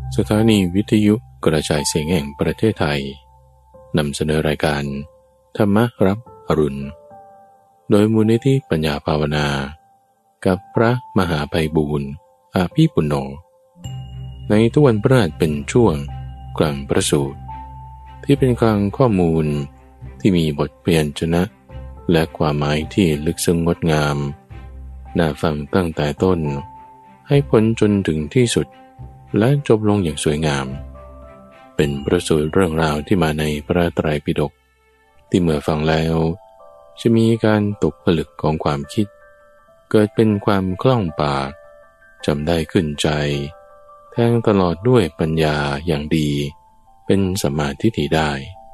สถานีวิทยุกระจายเสียงแห่งประเทศไทยนำเสนอรายการธรรมรับอรุณโดยมูลนิธิปัญญาภาวนากับพระมหาไพบูลย์อาภีปุณโญในทุกวันพฤหัสเป็นช่วงกลางประสูตรที่เป็นกลางข้อมูลที่มีบทพยัญชนะและความหมายที่ลึกซึ้งงดงามน่าฟังตั้งแต่ต้นให้พ้นจนถึงที่สุดและจบลงอย่างสวยงามเป็นประสูตรเรื่องราวที่มาในพระไตรปิฎกที่เมื่อฟังแล้วจะมีการตกผลึกของความคิดเกิดเป็นความคล่องปากจำได้ขึ้นใจแทงตลอดด้วยปัญญาอย่างดีเป็นสัมมาทิฏฐิได้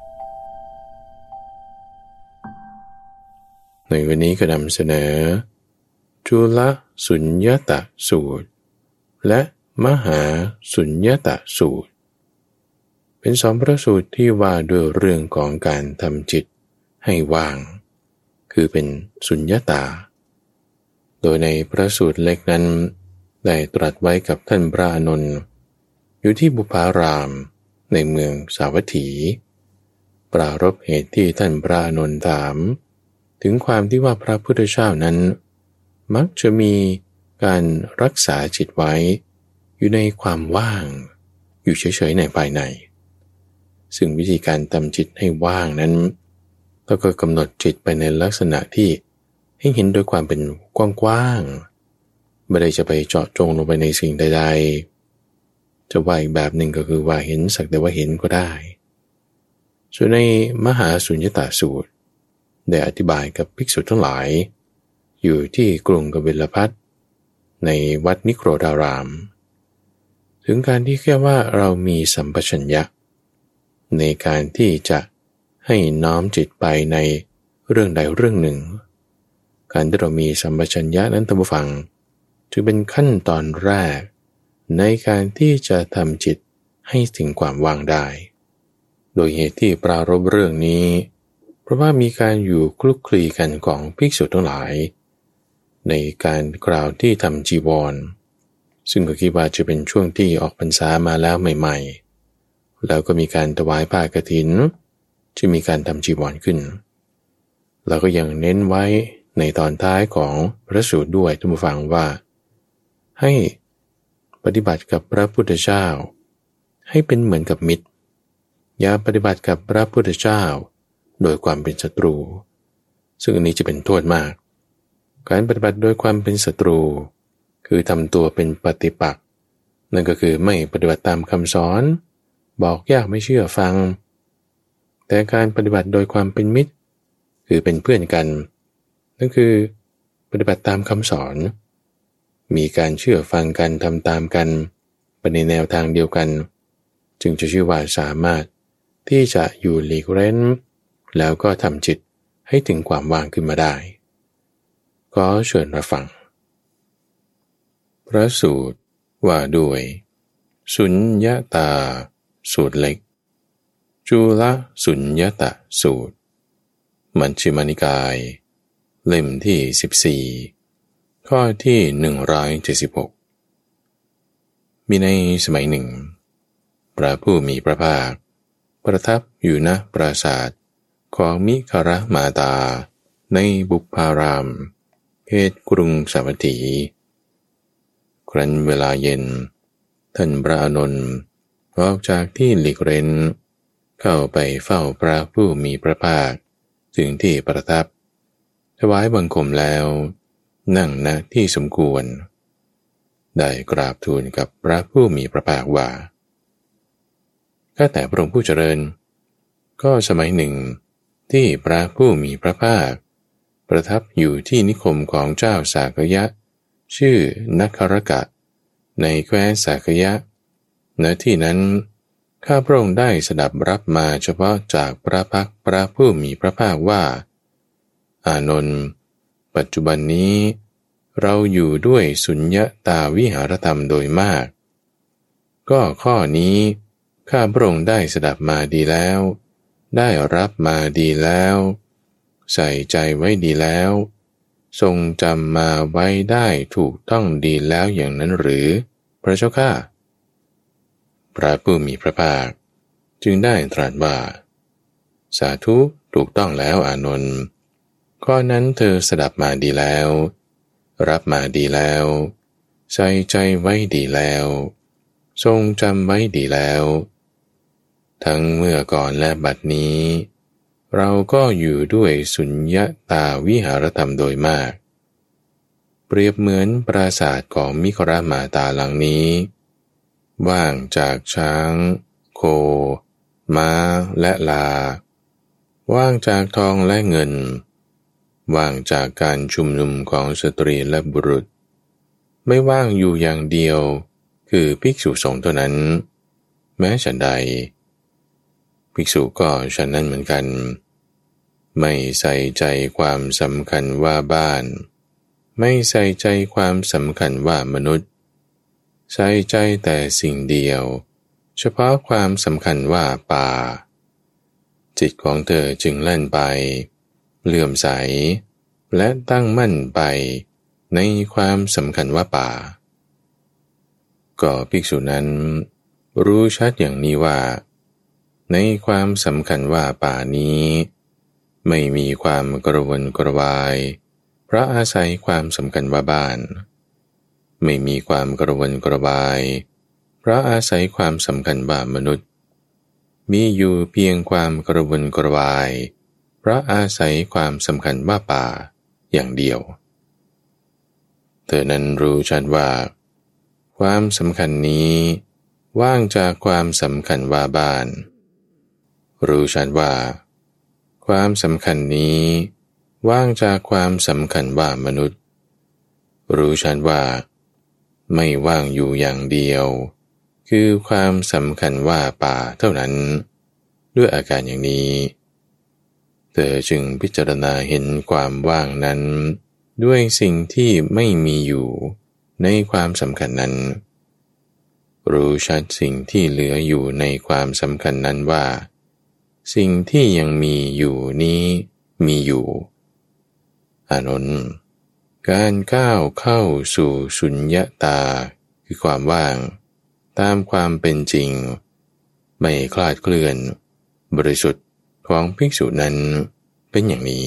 ในวันนี้ก็นำเสนอจุลสุญญตสูตรและมหาสุญญตสูตรเป็นสองพระสูตรที่ว่าด้วยเรื่องของการทำจิตให้ว่างคือเป็นสุญญตาโดยในพระสูตรเล็กนั้นได้ตรัสไว้กับท่านพระอานนท์อยู่ที่บุพารามในเมืองสาวัตถีปรารภเหตุที่ท่านพระอานนท์ถามถึงความที่ว่าพระพุทธเจ้านั้นมักจะมีการรักษาจิตไว้อยู่ในความว่างอยู่เฉยๆในภายในซึ่งวิธีการทำจิตให้ว่างนั้นเราก็กำหนดจิตไปในลักษณะที่ให้เห็นโดยความเป็นกว้างๆไม่ได้จะไปเจาะจงลงไปในสิ่งใดๆจะว่าอีกแบบหนึ่งก็คือว่าเห็นสักแต่ว่าเห็นก็ได้ส่วนในมหาสุญญตสูตรได้อธิบายกับภิกษุทั้งหลายอยู่ที่กรุงกบิลพัสต์ในวัดนิโครธารามถึงการที่แค่ว่าเรามีสัมปชัญญะในการที่จะให้น้อมจิตไปในเรื่องใดเรื่องหนึ่งการที่เรามีสัมปชัญญะนั้นท่านผู้ฟังถือเป็นขั้นตอนแรกในการที่จะทำจิตให้ถึงความว่างได้โดยเหตุที่ปรารภเรื่องนี้เพราะว่ามีการอยู่คลุกคลีกันของภิกษุทั้งหลายในการกล่าวที่ทำจีวรซึ่งก็คิดว่าจะเป็นช่วงที่ออกพรรษามาแล้วใหม่ๆแล้วก็มีการถวายผ้ากฐินที่มีการทำจีวรขึ้นแล้วก็ยังเน้นไว้ในตอนท้ายของพระสูตรด้วยท่านผู้ฟังว่าให้ปฏิบัติกับพระพุทธเจ้าให้เป็นเหมือนกับมิตรอย่าปฏิบัติกับพระพุทธเจ้าโดยความเป็นศัตรูซึ่งอันนี้จะเป็นโทษมากการปฏิบัติโดยความเป็นศัตรูคือทำตัวเป็นปฏิปักษ์นั่นก็คือไม่ปฏิบัติตามคำสอนบอกยากไม่เชื่อฟังแต่การปฏิบัติโดยความเป็นมิตรคือเป็นเพื่อนกันนั่นคือปฏิบัติตามคำสอนมีการเชื่อฟังกันทำตามกันไปในแนวทางเดียวกันจึงจะชื่อว่าสามารถที่จะอยู่หลีกเร้นแล้วก็ทำจิตให้ถึงความว่างขึ้นมาได้ก็เชิญรับฟังพระสูตรว่าด้วยสุญญตาสูตรเล็กจุลสุญญตสูตรมัชฌิมานิกายเล่มที่14ข้อที่176มีในสมัยหนึ่งพระผู้มีพระภาคประทับอยู่ณปราสาทของมิครมาตาในบุพารามเขตกรุงสาวัตถีครั้นเวลาเย็นท่านพระอานนท์ออกจากที่หลีกเร้นเข้าไปเฝ้าพระผู้มีพระภาคถึงที่ประทับถวายบังคมแล้วนั่งณที่สมควรได้กราบทูลกับพระผู้มีพระภาคว่าข้าแต่พระองค์ผู้เจริญก็สมัยหนึ่งที่พระผู้มีพระภาคประทับอยู่ที่นิคมของเจ้าสากยะชื่อนัคครกะในแคว้นสากยะณที่นั้นข้าพระองค์ได้สดับรับมาเฉพาะจากพระพักตร์พระผู้มีพระภาคว่าอานนท์ปัจจุบันนี้เราอยู่ด้วยสุญญตาวิหารธรรมโดยมากก็ข้อนี้ข้าพระองค์ได้สดับมาดีแล้วได้รับมาดีแล้วใส่ใจไว้ดีแล้ว ทรงจำมาไว้ได้ถูกต้องดีแล้วอย่างนั้นหรือพระเจ้าข้าพระผู้มีพระภาคจึงได้ตรัสว่าสาธุถูกต้องแล้วอานนท์ข้อนั้นเธอสดับมาดีแล้วรับมาดีแล้วใส่ใจไว้ดีแล้วทรงจำไว้ดีแล้วทั้งเมื่อก่อนและบัดนี้เราก็อยู่ด้วยสุญญตาวิหารธรรมโดยมากเปรียบเหมือนปราสาทของมิครามาตาหลังนี้ว่างจากช้างโคม้าและลาว่างจากทองและเงินว่างจากการชุมนุมของสตรีและบุรุษไม่ว่างอยู่อย่างเดียวคือภิกษุสงฆ์เท่านั้นแม้ฉันใดภิกษุก็ฉันนั้นเหมือนกันไม่ใส่ใจความสำคัญว่าบ้านไม่ใส่ใจความสำคัญว่ามนุษย์ใส่ใจแต่สิ่งเดียวเฉพาะความสำคัญว่าป่าจิตของเธอจึงแล่นไปเลื่อมใสและตั้งมั่นไปในความสำคัญว่าป่าก็ภิกษุนั้นรู้ชัดอย่างนี้ว่าในความสำคัญว่าป่านี้ไม่มีความกระวนกระวายเพราะอาศัยความสำคัญว่าบ้านไม่มีความกระวนกระวายเพราะอาศัยความสำคัญว่ามนุษย์มีอยู่เพียงความกระวนกระวายเพราะอาศัยความสำคัญว่าป่าอย่างเดียวเธอนั้นรู้ชัดว่าความสำคัญนี้ว่างจากความสำคัญว่าบ้านรู้ชัดว่าความสำคัญนี้ว่างจากความสำคัญว่ามนุษย์รู้ชัดว่าไม่ว่างอยู่อย่างเดียวคือความสำคัญว่าป่าเท่านั้นด้วยอาการอย่างนี้เธอจึงพิจารณาเห็นความว่างนั้นด้วยสิ่งที่ไม่มีอยู่ในความสำคัญนั้นรู้ชัดสิ่งที่เหลืออยู่ในความสำคัญนั้นว่าสิ่งที่ยังมีอยู่นี้มีอยู่อานนท์การก้าวเข้าสู่สุญญตาคือความว่างตามความเป็นจริงไม่คลาดเคลื่อนบริสุทธิ์ของภิกษุนั้นเป็นอย่างนี้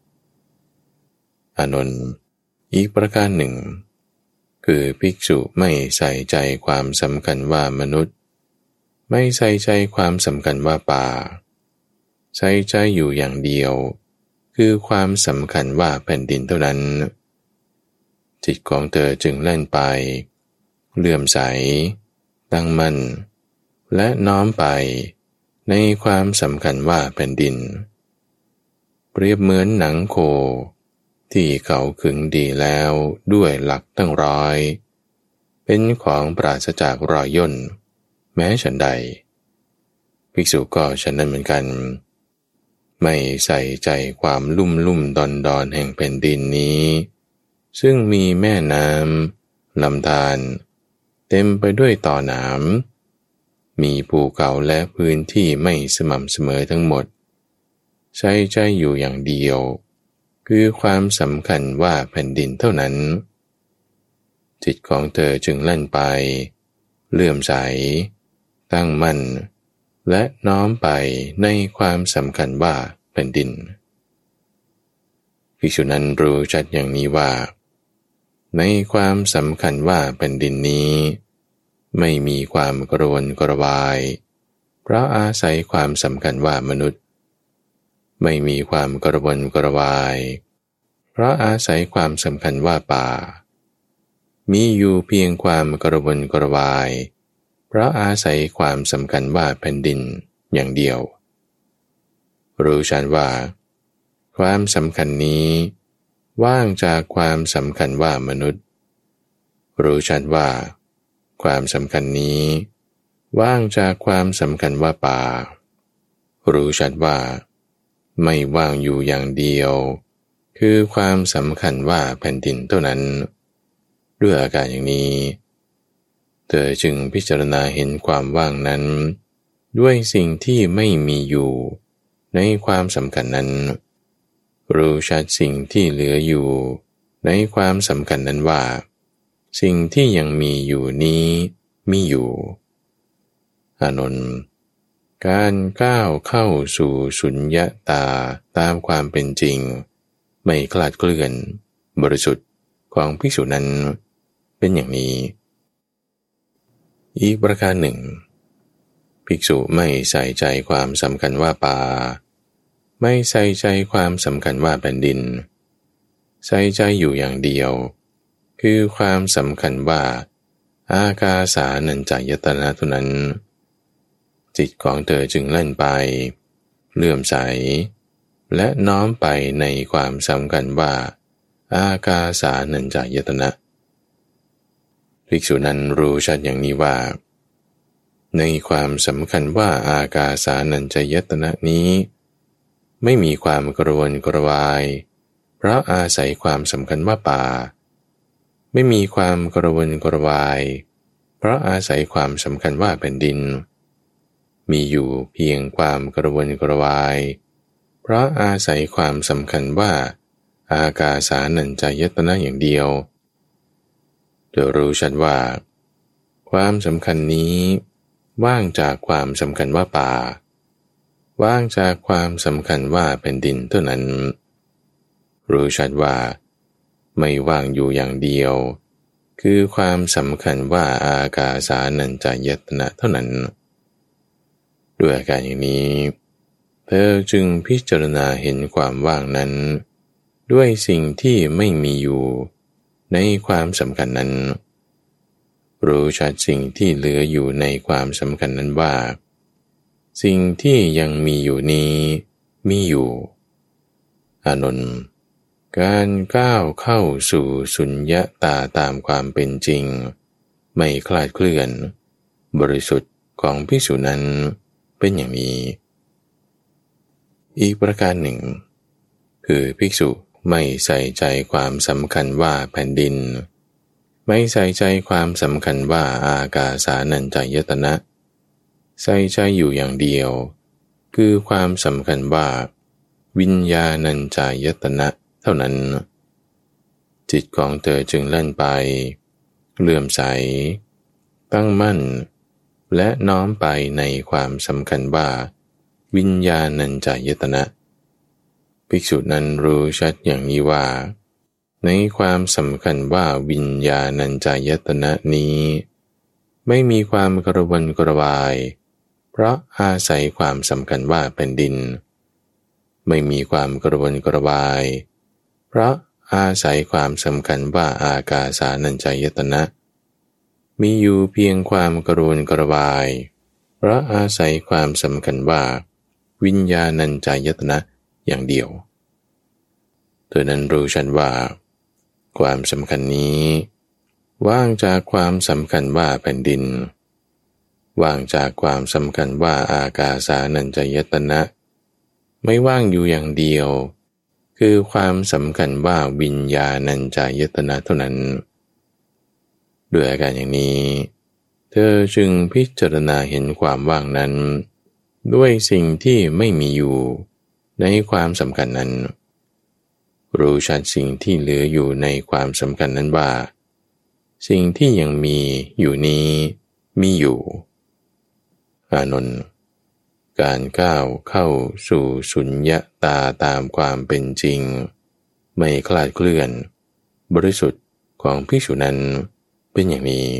อานนท์อีกประการหนึ่งคือภิกษุไม่ใส่ใจความสำคัญว่ามนุษย์ไม่ใส่ใจความสำคัญว่าป่าใส่ใจอยู่อย่างเดียวคือความสำคัญว่าแผ่นดินเท่านั้นจิตของเธอจึงแล่นไปเลื่อมใสตั้งมั่นและน้อมไปในความสำคัญว่าแผ่นดินเปรียบเหมือนหนังโคที่เขาขึงดีแล้วด้วยหลักตั้งร้อยเป็นของปราศจากรอยย่นแม้ฉันใดภิกษุก็ฉันนั้นเหมือนกันไม่ใส่ใจความลุ่มดอนแห่งแผ่นดินนี้ซึ่งมีแม่น้ำลำธารเต็มไปด้วยต่อหนามมีภูเขาและพื้นที่ไม่สม่ำเสมอทั้งหมดใส่ใจอยู่อย่างเดียวคือความสำคัญว่าแผ่นดินเท่านั้นจิตของเธอจึงแล่นไปเลื่อมใสตั้งมั่นและน้อมไปในความสำคัญว่าแผ่นดินภิกษุนั้นรู้ชัดอย่างนี้ว่าในความสำคัญว่าแผ่นดินนี้ไม่มีความกระวนกระวายเพราะอาศัยความสำคัญว่ามนุษย์ไม่มีความกระวนกระวายเพราะอาศัยความสำคัญว่าป่ามีอยู่เพียงความกระวนกระวายเพราะอาศัยความสำคัญว่าแผ่นดินอย่างเดียวรู้ชัดว่าความสำคัญนี้ว่างจากความสำคัญว่ามนุษย์รู้ชัดว่าความสำคัญนี้ว่างจากความสำคัญว่าป่ารู้ชัดว่าไม่ว่างอยู่อย่างเดียวคือความสำคัญว่าแผ่นดินเท่านั้นด้วยอาการอย่างนี้เธอจึงพิจารณาเห็นความว่างนั้นด้วยสิ่งที่ไม่มีอยู่ในความสำคัญนั้นรู้ชัดสิ่งที่เหลืออยู่ในความสำคัญนั้นว่าสิ่งที่ยังมีอยู่นี้มีอยู่อานนท์การก้าวเข้าสู่สุญญตาตามความเป็นจริงไม่คลาดเคลื่อนบริสุทธิ์ของภิกษุนั้นเป็นอย่างนี้อีกประการหนึ่งภิกษุไม่ใส่ใจความสำคัญว่าป่าไม่ใส่ใจความสำคัญว่าแผ่นดินใส่ใจอยู่อย่างเดียวคือความสำคัญว่าอากาสานัญจายตนะเท่านั้นจิตของเธอจึงเล่นไปเลื่อมใสและน้อมไปในความสำคัญว่าอากาสานัญจายตนะภิกษุนั้นรู้ชัดอย่างนี้ว่าในความสำคัญว่าอากาสานัญจายตนะนี้ไม่มีความกระวนกระวายเพราะอาศัยความสำคัญว่าป่าไม่มีความกระวนกระวายเพราะอาศัยความสำคัญว่าแผ่นดินมีอยู่เพียงความกระวนกระวายเพราะอาศัยความสำคัญว่าอากาสานัญจายตนะอย่างเดียวโดยรู้ชัดว่าความสำคัญนี้ว่างจากความสำคัญว่าป่าว่างจากความสำคัญว่าแผ่นดินเท่านั้นรู้ชัดว่าไม่ว่างอยู่อย่างเดียวคือความสำคัญว่าอากาสานัญจายตนะเท่านั้นด้วยอาการอย่างนี้เธอจึงพิจารณาเห็นความว่างนั้นด้วยสิ่งที่ไม่มีอยู่ในความสำคัญนั้นรู้ชัดสิ่งที่เหลืออยู่ในความสำคัญนั้นว่าสิ่งที่ยังมีอยู่นี้มีอยู่อานนท์การก้าวเข้าสู่สุญญตาตามความเป็นจริงไม่คลาดเคลื่อนบริสุทธิ์ของภิกษุนั้นเป็นอย่างนี้อีกประการหนึ่งคือภิกษุไม่ใส่ใจความสำคัญว่าแผ่นดินไม่ใส่ใจความสำคัญว่าอากาสานัญจายตนะใส่ใจอยู่อย่างเดียวคือความสำคัญว่าวิญญาณัญจายตนะเท่านั้นจิตของเธอจึงเล่นไปเลื่อมใสตั้งมั่นและน้อมไปในความสำคัญว่าวิญญาณัญจายตนะภิกษุนั้นรู้ชัดอย่างนี้ว่าในความสำคัญว่าวิญญาณัญจายตนะนี้ไม่มีความกระวนกระวายเพราะอาศัยความสำคัญว่าแผ่นดินไม่มีความกระวนกระวายเพราะอาศัยความสำคัญว่าอากาสานัญจายตนะมีอยู่เพียงความกระวนกระวายเพราะอาศัยความสำคัญว่าวิญญาณัญจายตนะอย่างเดียวเธอนั้นรู้ชัดว่าความสำคัญนี้ว่างจากความสำคัญว่าแผ่นดินว่างจากความสำคัญว่าอากาสานัญจายตนะไม่ว่างอยู่อย่างเดียวคือความสำคัญว่าวิญญาณัญจายตนะเท่านั้นด้วยอาการอย่างนี้เธอจึงพิจารณาเห็นความว่างนั้นด้วยสิ่งที่ไม่มีอยู่ในความสำคัญนั้นรู้ชัดสิ่งที่เหลืออยู่ในความสำคัญนั้นว่าสิ่งที่ยังมีอยู่นี้มีอยู่อานนท์การก้าวเข้าสู่สุญญตาตามความเป็นจริงไม่คลาดเคลื่อนบริสุทธิ์ของภิกษุนั้นเป็นอย่างนี้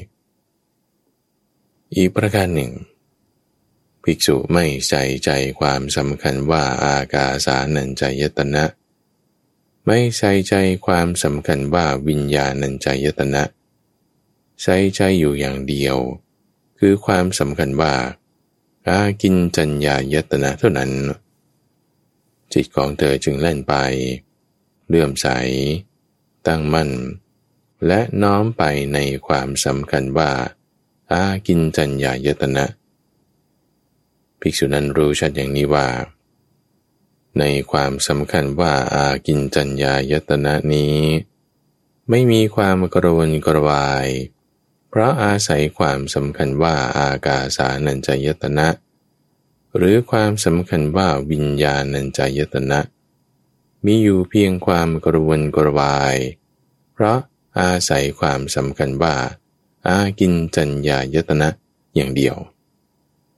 อีกประการหนึ่งภิกษุไม่ใส่ใจความสำคัญว่าอากาสานัญจายตนะไม่ใส่ใจความสำคัญว่าวิญญาณัญจายตนะใส่ใจอยู่อย่างเดียวคือความสำคัญว่าอากิญจัญญายตนะเท่านั้นจิตของเธอจึงเล่นไปเลื่อมใสตั้งมั่นและน้อมไปในความสำคัญว่าอากิญจัญญายตนะภิกษุนั้นรู้ชัดอย่างนี้ว่าในความสำคัญว่าอากิญจัญญายตนะนี้ไม่มีความกระวนกระวายเพราะอาศัยความสำคัญว่าอากาสานัญจายตนะหรือความสำคัญว่าวิญญาณัญจายตนะมีอยู่เพียงความกระวนกระวายเพราะอาศัยความสำคัญว่าอากิญจัญญายตนะอย่างเดียว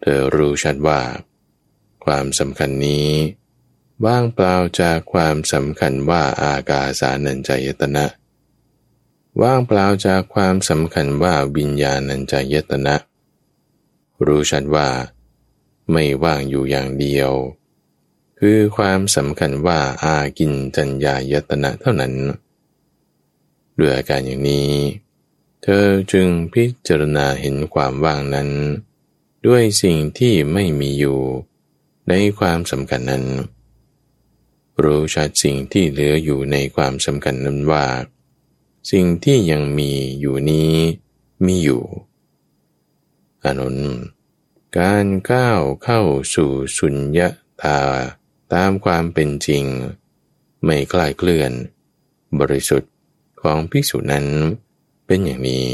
ธอรู้ชัดว่าความสำคัญนี้ว่างเปล่าจากความสำคัญว่าอากาสานัญจายตนะว่างเปล่าจากความสำคัญว่าวิญญาณัญจายตนะรู้ชัดว่าไม่ว่างอยู่อย่างเดียวคือความสำคัญว่าอากินจัญญายตนะเท่านั้นด้วยอาการอย่างนี้เธอจึงพิจารณาเห็นความว่างนั้นด้วยสิ่งที่ไม่มีอยู่ในความสำคัญนั้นรู้ชัดสิ่งที่เหลืออยู่ในความสำคัญนั้นว่าสิ่งที่ยังมีอยู่นี้มีอยู่อานนท์การก้าวเข้าสู่สุญญตาตามความเป็นจริงไม่คลาดเคลื่อนบริสุทธิ์ของภิกษุนั้นเป็นอย่างนี้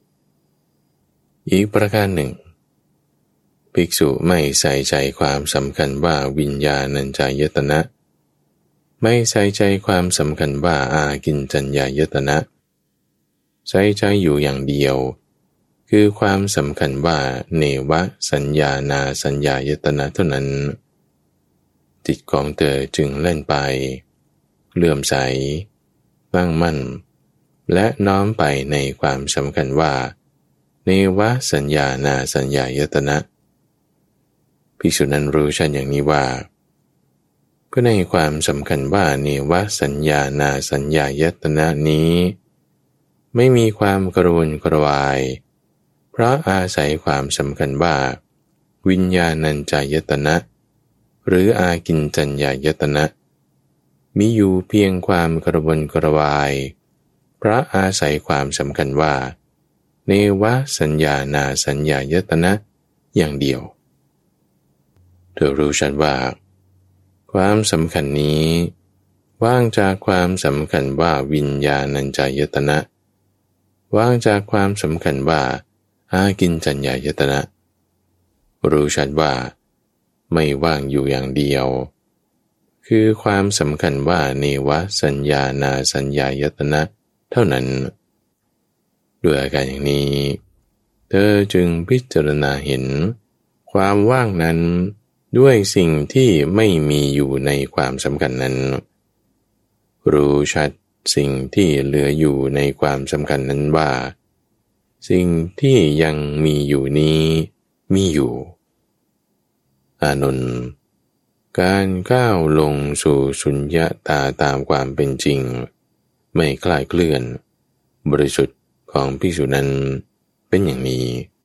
อีกประการหนึ่งภิกษุไม่ใส่ใจความสำคัญว่าวิญญาณัญจายตนะไม่ใส่ใจความสำคัญว่าอากินจัญญายตนะใส่ใจอยู่อย่างเดียวคือความสำคัญว่าเนวสัญญานาสัญญายตนะเท่านั้นจิตของเธอจึงเล่นไปเลื่อมใสตั้งมั่นและน้อมไปในความสำคัญว่าเนวสัญญานาสัญญายตนะภิกษุนั้นรู้ชัดอย่างนี้ว่าก็ในความสำคัญว่าเนวสัญญานาสัญญายตนะนี้ไม่มีความกระวนกระวายเพราะอาศัยความสำคัญว่าวิญญาณัญจายตนะหรืออากินจัญญายตนะมีอยู่เพียงความกระวนกระวายเพราะอาศัยความสำคัญว่าเนวสัญญานาสัญญายตนะอย่างเดียวเธอรู้ชัดว่าความสำคัญนี้ว่างจากความสำคัญว่าวิญญาณัญจายตนะว่างจากความสำคัญว่าอากินจัญญายตนะรู้ชัดว่าไม่ว่างอยู่อย่างเดียวคือความสำคัญว่าเนวสัญญานาสัญญายตนะเท่านั้นด้วยอาการอย่างนี้เธอจึงพิจารณาเห็นความว่างนั้นด้วยสิ่งที่ไม่มีอยู่ในความสำคัญนั้นรู้ชัดสิ่งที่เหลืออยู่ในความสำคัญนั้นว่าสิ่งที่ยังมีอยู่นี้มีอยู่อานนท์การก้าวลงสู่สุญญตาตามความเป็นจริงไม่คลาดเคลื่อนบริสุทธิ์ของภิกษุนั้นเป็นอย่างนี้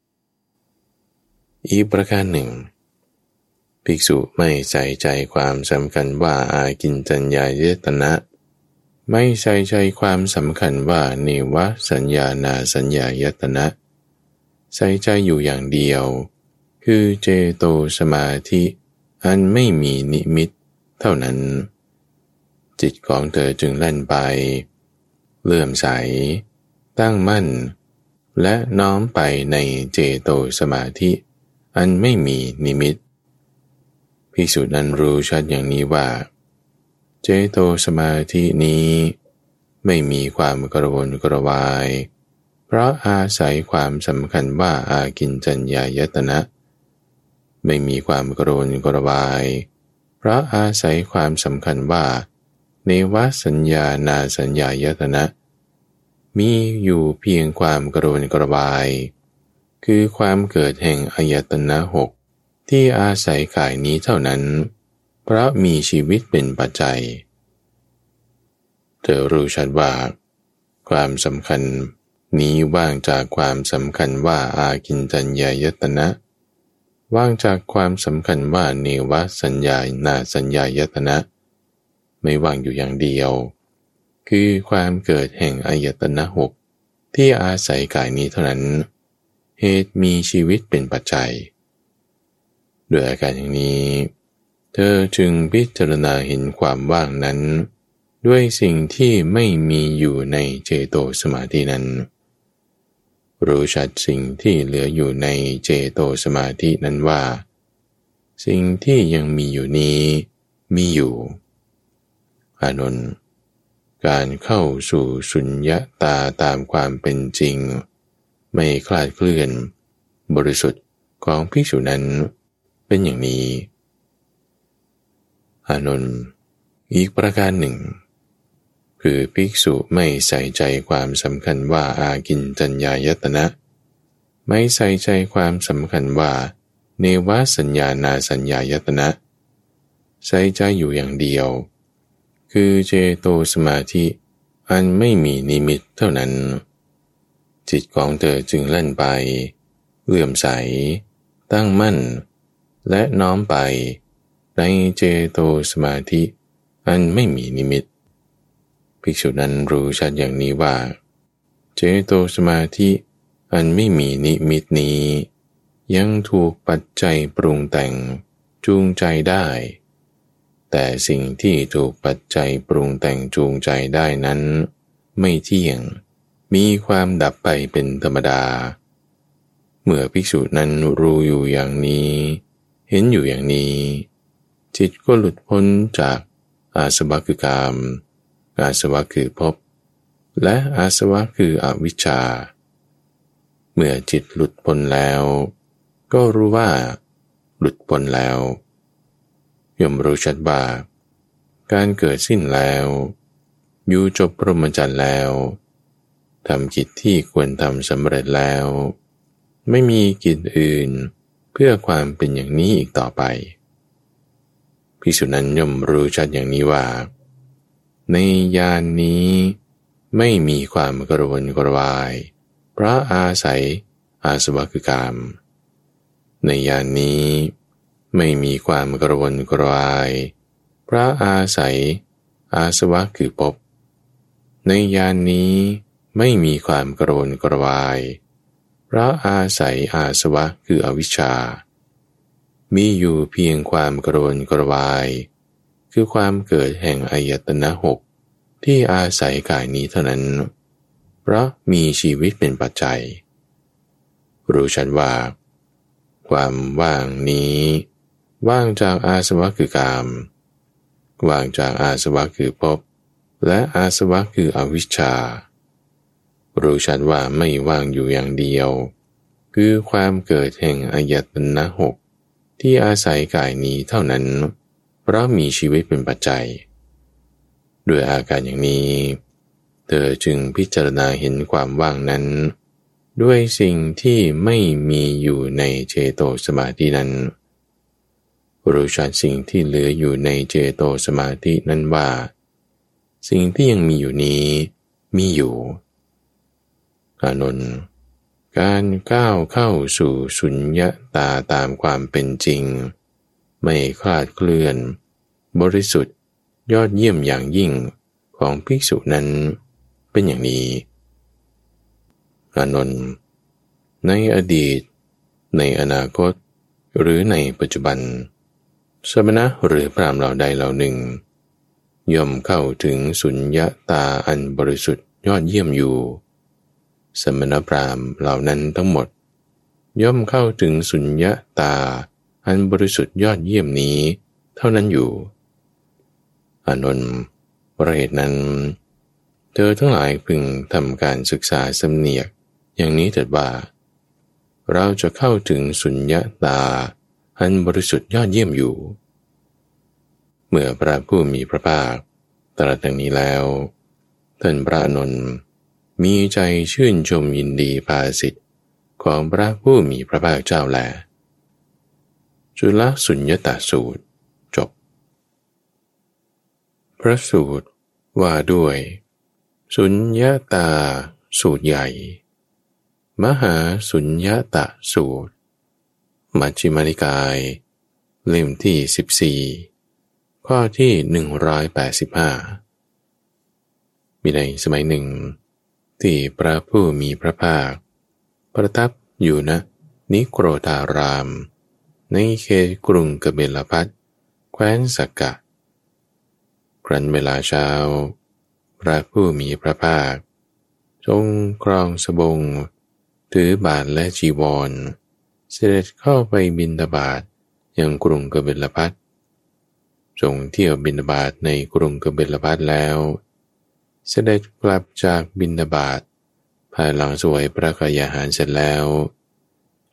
อีกประการหนึ่งภิกษุไม่ใส่ใจความสำคัญว่าอากินจัญญายตนะไม่ใส่ใจความสำคัญว่าเนวสัญญานาสัญญายตนะใส่ใจอยู่อย่างเดียวคือเจโตสมาธิอันไม่มีนิมิตเท่านั้นจิตของเธอจึงแล่นไปเลื่อมใสตั้งมั่นและน้อมไปในเจโตสมาธิอันไม่มีนิมิตภิกษุนั้นรู้ชัดอย่างนี้ว่าเจโตสมาธินี้ไม่มีความกระวนกระวายเพราะอาศัยความสำคัญว่าอากินจัญญายตนะไม่มีความกระวนกระวายเพราะอาศัยความสำคัญว่าเนวสัญญานาสัญญายตนะมีอยู่เพียงความกระวนกระวายคือความเกิดแห่งอายตนะหกที่อาศัยกายนี้เท่านั้นเพราะมีชีวิตเป็นปัจจัยเธอรู้ชัดว่าความสำคัญนี้ว่างจากความสำคัญว่าอากินจัญญายตนะว่างจากความสำคัญว่าเนวสัญญานาสัญญายตนะไม่ว่างอยู่อย่างเดียวคือความเกิดแห่งอายตนะหกที่อาศัยกายนี้เท่านั้นเหตุมีชีวิตเป็นปัจจัยด้วยอาการอย่างนี้เธอจึงพิจารณาเห็นความว่างนั้นด้วยสิ่งที่ไม่มีอยู่ในเจโตสมาธินั้นรู้ชัดสิ่งที่เหลืออยู่ในเจโตสมาธินั้นว่าสิ่งที่ยังมีอยู่นี้มีอยู่อานนท์การเข้าสู่สุญญตาตามความเป็นจริงไม่คลาดเคลื่อนบริสุทธิ์ของภิกษุนั้นเป็นอย่างนี้อานนท์อีกประการหนึ่งคือภิกษุไม่ใส่ใจความสำคัญว่าอากินจัญญายตนะไม่ใส่ใจความสำคัญว่าเนวสัญญานาสัญญายตนะใส่ใจอยู่อย่างเดียวคือเจโตสมาธิอันไม่มีนิมิตเท่านั้นจิตของเธอจึงเล่นไปเลื่อมใสตั้งมั่นและน้อมไปในเจโตสมาธิอันไม่มีนิมิตภิกษุนั้นรู้ชัดอย่างนี้ว่าเจโตสมาธิอันไม่มีนิมิตนี้ยังถูกปัจจัยปรุงแต่งจูงใจได้แต่สิ่งที่ถูกปัจจัยปรุงแต่งจูงใจได้นั้นไม่เที่ยงมีความดับไปเป็นธรรมดาเมื่อภิกษุนั้นรู้อยู่อย่างนี้เห็นอยู่อย่างนี้จิตก็หลุดพ้นจากอาสวะคือกามอาสวะคือภพและอาสวะคืออวิชชาเมื่อจิตหลุดพ้นแล้วก็รู้ว่าหลุดพ้นแล้วย่อมรู้ชัดว่าการเกิดสิ้นแล้วอยู่จบพรหมจรรย์แล้วทำกิจที่ควรทำสำเร็จแล้วไม่มีกิจอื่นเพื่อความเป็นอย่างนี้อีกต่อไปภิกษุนั้นย่อมรู้ชัดอย่างนี้ว่าในญาณนี้ไม่มีความกระวนกระวายเพราะอาศัยอาสวะคือกามในญาณนี้ไม่มีความกระวนกระวายเพราะอาศัยอาสวะคือภพในญาณนี้ไม่มีความกระวนกระวายเพราะอาศัยอาสวะคืออวิชชามีอยู่เพียงความกระวนกระวายคือความเกิดแห่งอายตนะหกที่อาศัยกายนี้เท่านั้นเพราะมีชีวิตเป็นปัจจัยรู้ชัดว่าความว่างนี้ว่างจากอาสวะคือกามว่างจากอาสวะคือภพและอาสวะคืออวิชชารู้ชัดว่าไม่ว่างอยู่อย่างเดียวคือความเกิดแห่งอายตนะหกที่อาศัยกายนี้เท่านั้นเพราะมีชีวิตเป็นปัจจัยด้วยอาการอย่างนี้เธอจึงพิจารณาเห็นความว่างนั้นด้วยสิ่งที่ไม่มีอยู่ในเจโตสมาธินั้นรู้ชัดสิ่งที่เหลืออยู่ในเจโตสมาธินั้นว่าสิ่งที่ยังมีอยู่นี้มีอยู่อานนท์การก้าวเข้าสู่สุญญตาตามความเป็นจริงไม่คลาดเคลื่อนบริสุทธิ์ยอดเยี่ยมอย่างยิ่งของภิกษุนั้นเป็นอย่างนี้อานนท์ในอดีตในอนาคตหรือในปัจจุบันสมณะหรือพราหมณ์เหล่าใดเหล่าหนึ่งย่อมเข้าถึงสุญญตาอันบริสุทธิ์ยอดเยี่ยมอยู่สมณพราหมณ์เหล่านั้นทั้งหมดย่อมเข้าถึงสุญญตาอันบริสุทธิ์ยอดเยี่ยมนี้เท่านั้นอยู่อานนท์เพราะเหตุนั้นเธอทั้งหลายพึงทำการศึกษาสำเนียกอย่างนี้เถิดว่าเราจะเข้าถึงสุญญตาอันบริสุทธิ์ยอดเยี่ยมอยู่เมื่อพระผู้มีพระภาคตรัสดังนี้แล้วท่านพระอานนท์มีใจชื่นชมยินดีภาสิทธิ์ของพระผู้มีพระภาคเจ้าแลจุลสุญญตสูตรจบพระสูตรว่าด้วยสุญญตาสูตรใหญ่มหาสุญญตสูตรมัชฌิมานิกายเล่มที่14ข้อที่185มีในสมัยหนึ่งที่พระผู้มีพระภาคประทับอยู่ณนิโครธารามในเขตกรุงกบิลพัสต์แคว้นสักกะครั้นเวลาเช้าพระผู้มีพระภาคทรงครองสบงถือบาทและจีวรเสด็จเข้าไปบิณฑบาตยังกรุงกบิลพัสต์ทรงเที่ยวบิณฑบาตในกรุงกบิลพัสต์แล้วเสด็จกลับจากบิณฑบาตภายหลังเสวยพระกายอาหารเสร็จแล้ว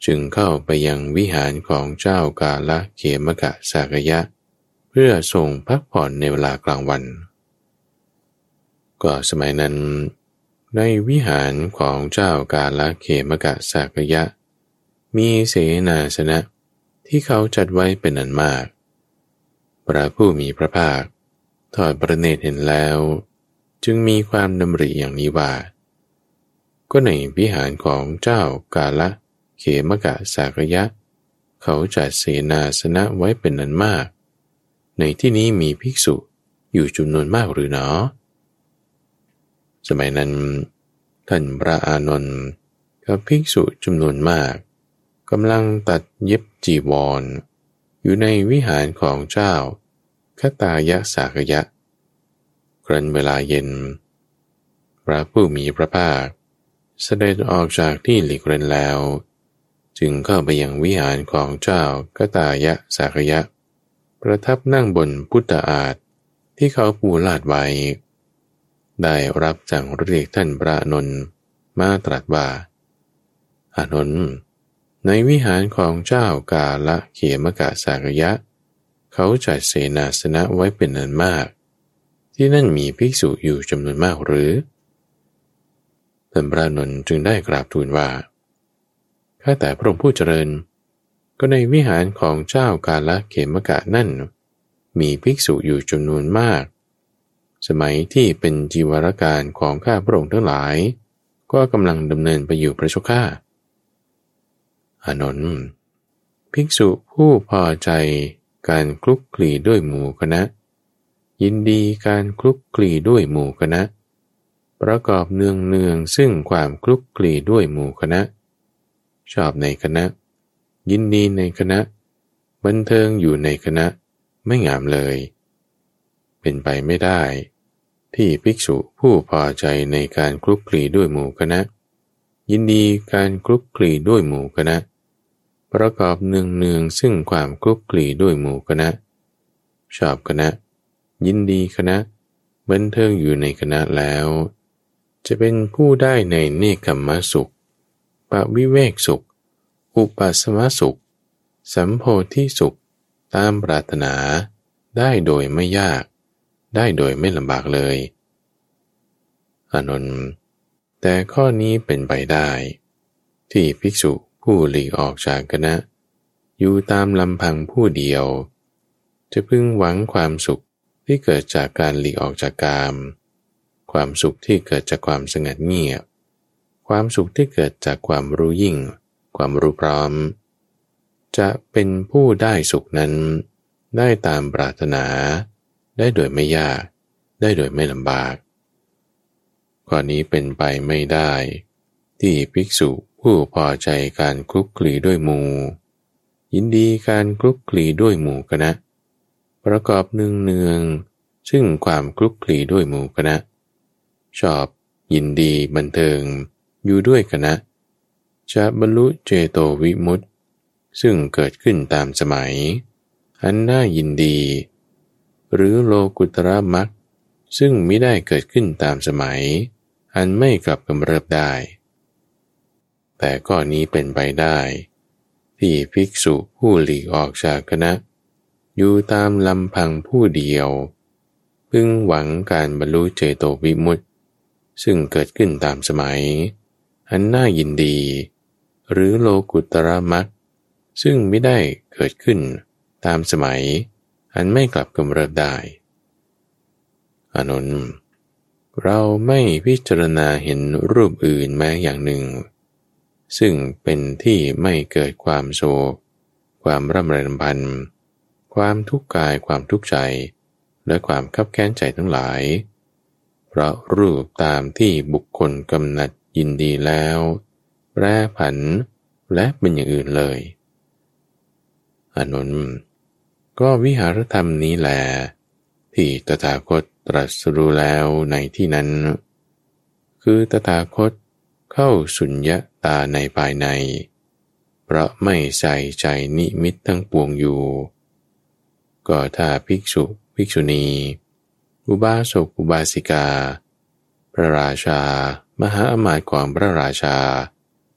จึงเข้าไปยังวิหารของเจ้ากาละเขมกะสากยะเพื่อทรงพักผ่อนในเวลากลางวันก็สมัยนั้นในวิหารของเจ้ากาละเขมกะสากยะมีเสนาสนะที่เขาจัดไว้เป็นอันมากพระผู้มีพระภาคทอดพระเนตรเห็นแล้วจึงมีความดำริอย่างนี้ว่าก็ในวิหารของเจ้ากาละเขมกะสากยะเขาจัดเสนาสนะไว้เป็นอันมากในที่นี้มีภิกษุอยู่จำนวนมากหรือหนอสมัยนั้นท่านพระอานนท์กับภิกษุจำนวนมากกำลังตัดเย็บจีวรอยู่ในวิหารของเจ้าคตายะสากยะครั้นเวลาเย็นพระผู้มีพระภาคเสด็จออกจากที่หลีกเร้นแล้วจึงเข้าไปยังวิหารของเจ้าคตายะสากยะประทับนั่งบนพุทธอาฏที่เขาปูลาดไว้ได้รับสั่งเรียกท่านพระอานนท์มาตรัสว่าอานนท์ในวิหารของเจ้ากาละเขมกะสากยะเขาจัดเสนาสนะไว้เป็นอันมากที่นั่นมีภิกษุอยู่จำนวนมากหรือท่านพระอานนท์จึงได้กราบทูลว่าข้าแต่พระองค์ผู้เจริญก็ในวิหารของเจ้ากาละเขมกะนั่นมีภิกษุอยู่จำนวนมากสมัยที่เป็นจีวรการของข้าพระองค์ทั้งหลายก็กำลังดำเนินไปอยู่พระเจ้าข้าอานนท์ภิกษุผู้พอใจการคลุกคลีด้วยหมู่คณะยินดีการคลุกคลีด้วยหมู่คณะประกอบเนืองซึ่งความคลุกคลีด้วยหมู่คณะชอบในคณะยินดีในคณะบันเทิงอยู่ในคณะไม่งามเลยเป็นไปไม่ได้ที่ภิกษุผู้พอใจในการคลุกคลีด้วยหมู่คณะยินดีการคลุกคลีด้วยหมู่คณะประกอบเนืองซึ่งความคลุกคลีด้วยหมู่คณะชอบคณะยินดีคณะบันเทิงอยู่ในคณะแล้วจะเป็นผู้ได้ในเนกขัมมสุขปวิเวกสุขอุปัสสมสุขสัมโพธิสุขตามปรารถนาได้โดยไม่ยากได้โดยไม่ลำบากเลยอานนท์แต่ข้อนี้เป็นไปได้ที่ภิกษุผู้หลีกออกจากคณะอยู่ตามลำพังผู้เดียวจะพึงหวังความสุขที่เกิดจากการหลีกออกจากกามความสุขที่เกิดจากความสงัดเงียบความสุขที่เกิดจากความรู้ยิ่งความรู้พร้อมจะเป็นผู้ได้สุขนั้นได้ตามปรารถนาได้โดยไม่ยากได้โดยไม่ลำบากข้อนี้เป็นไปไม่ได้ที่ภิกษุผู้พอใจการคลุกคลีด้วยหมู่ยินดีการคลุกคลีด้วยหมู่คณะประกอบเนืองซึ่งความคลุกคลีด้วยหมู่คณะชอบยินดีบันเทิงอยู่ด้วยคณะจะบรรลุเจโตวิมุตติซึ่งเกิดขึ้นตามสมัยอันน่ายินดีหรือโลกุตระมรรคซึ่งมิได้เกิดขึ้นตามสมัยอันไม่กลับกำเริบได้แต่ข้อนี้เป็นไปได้ที่ภิกษุผู้หลีกออกจากคณะอยู่ตามลำพังผู้เดียวพึงหวังการบรรลุเจโตวิมุตติซึ่งเกิดขึ้นตามสมัยอันน่ายินดีหรือโลกุตระมรรคซึ่งไม่ได้เกิดขึ้นตามสมัยอันไม่กลับกำเริบได้อานนท์เราไม่พิจารณาเห็นรูปอื่นแม้อย่างหนึ่งซึ่งเป็นที่ไม่เกิดความโศกความร่ำไรรำพันความทุกข์กายความทุกข์ใจและความคับแค้นใจทั้งหลายเพราะรูปตามที่บุคคลกำหนัดยินดีแล้วแปรผันและเป็นอย่างอื่นเลยอานนท์ก็วิหารธรรมนี้แลที่ตถาคตตรัสรู้แล้วในที่นั้นคือตถาคตเข้าสุญญตาในภายในเพราะไม่ใส่ใจนิมิตทั้งปวงอยู่ก็ถ้าภิกษุภิกษุณีอุบาสกอุบาสิกาพระราชามหาอมาตย์ของพระราชา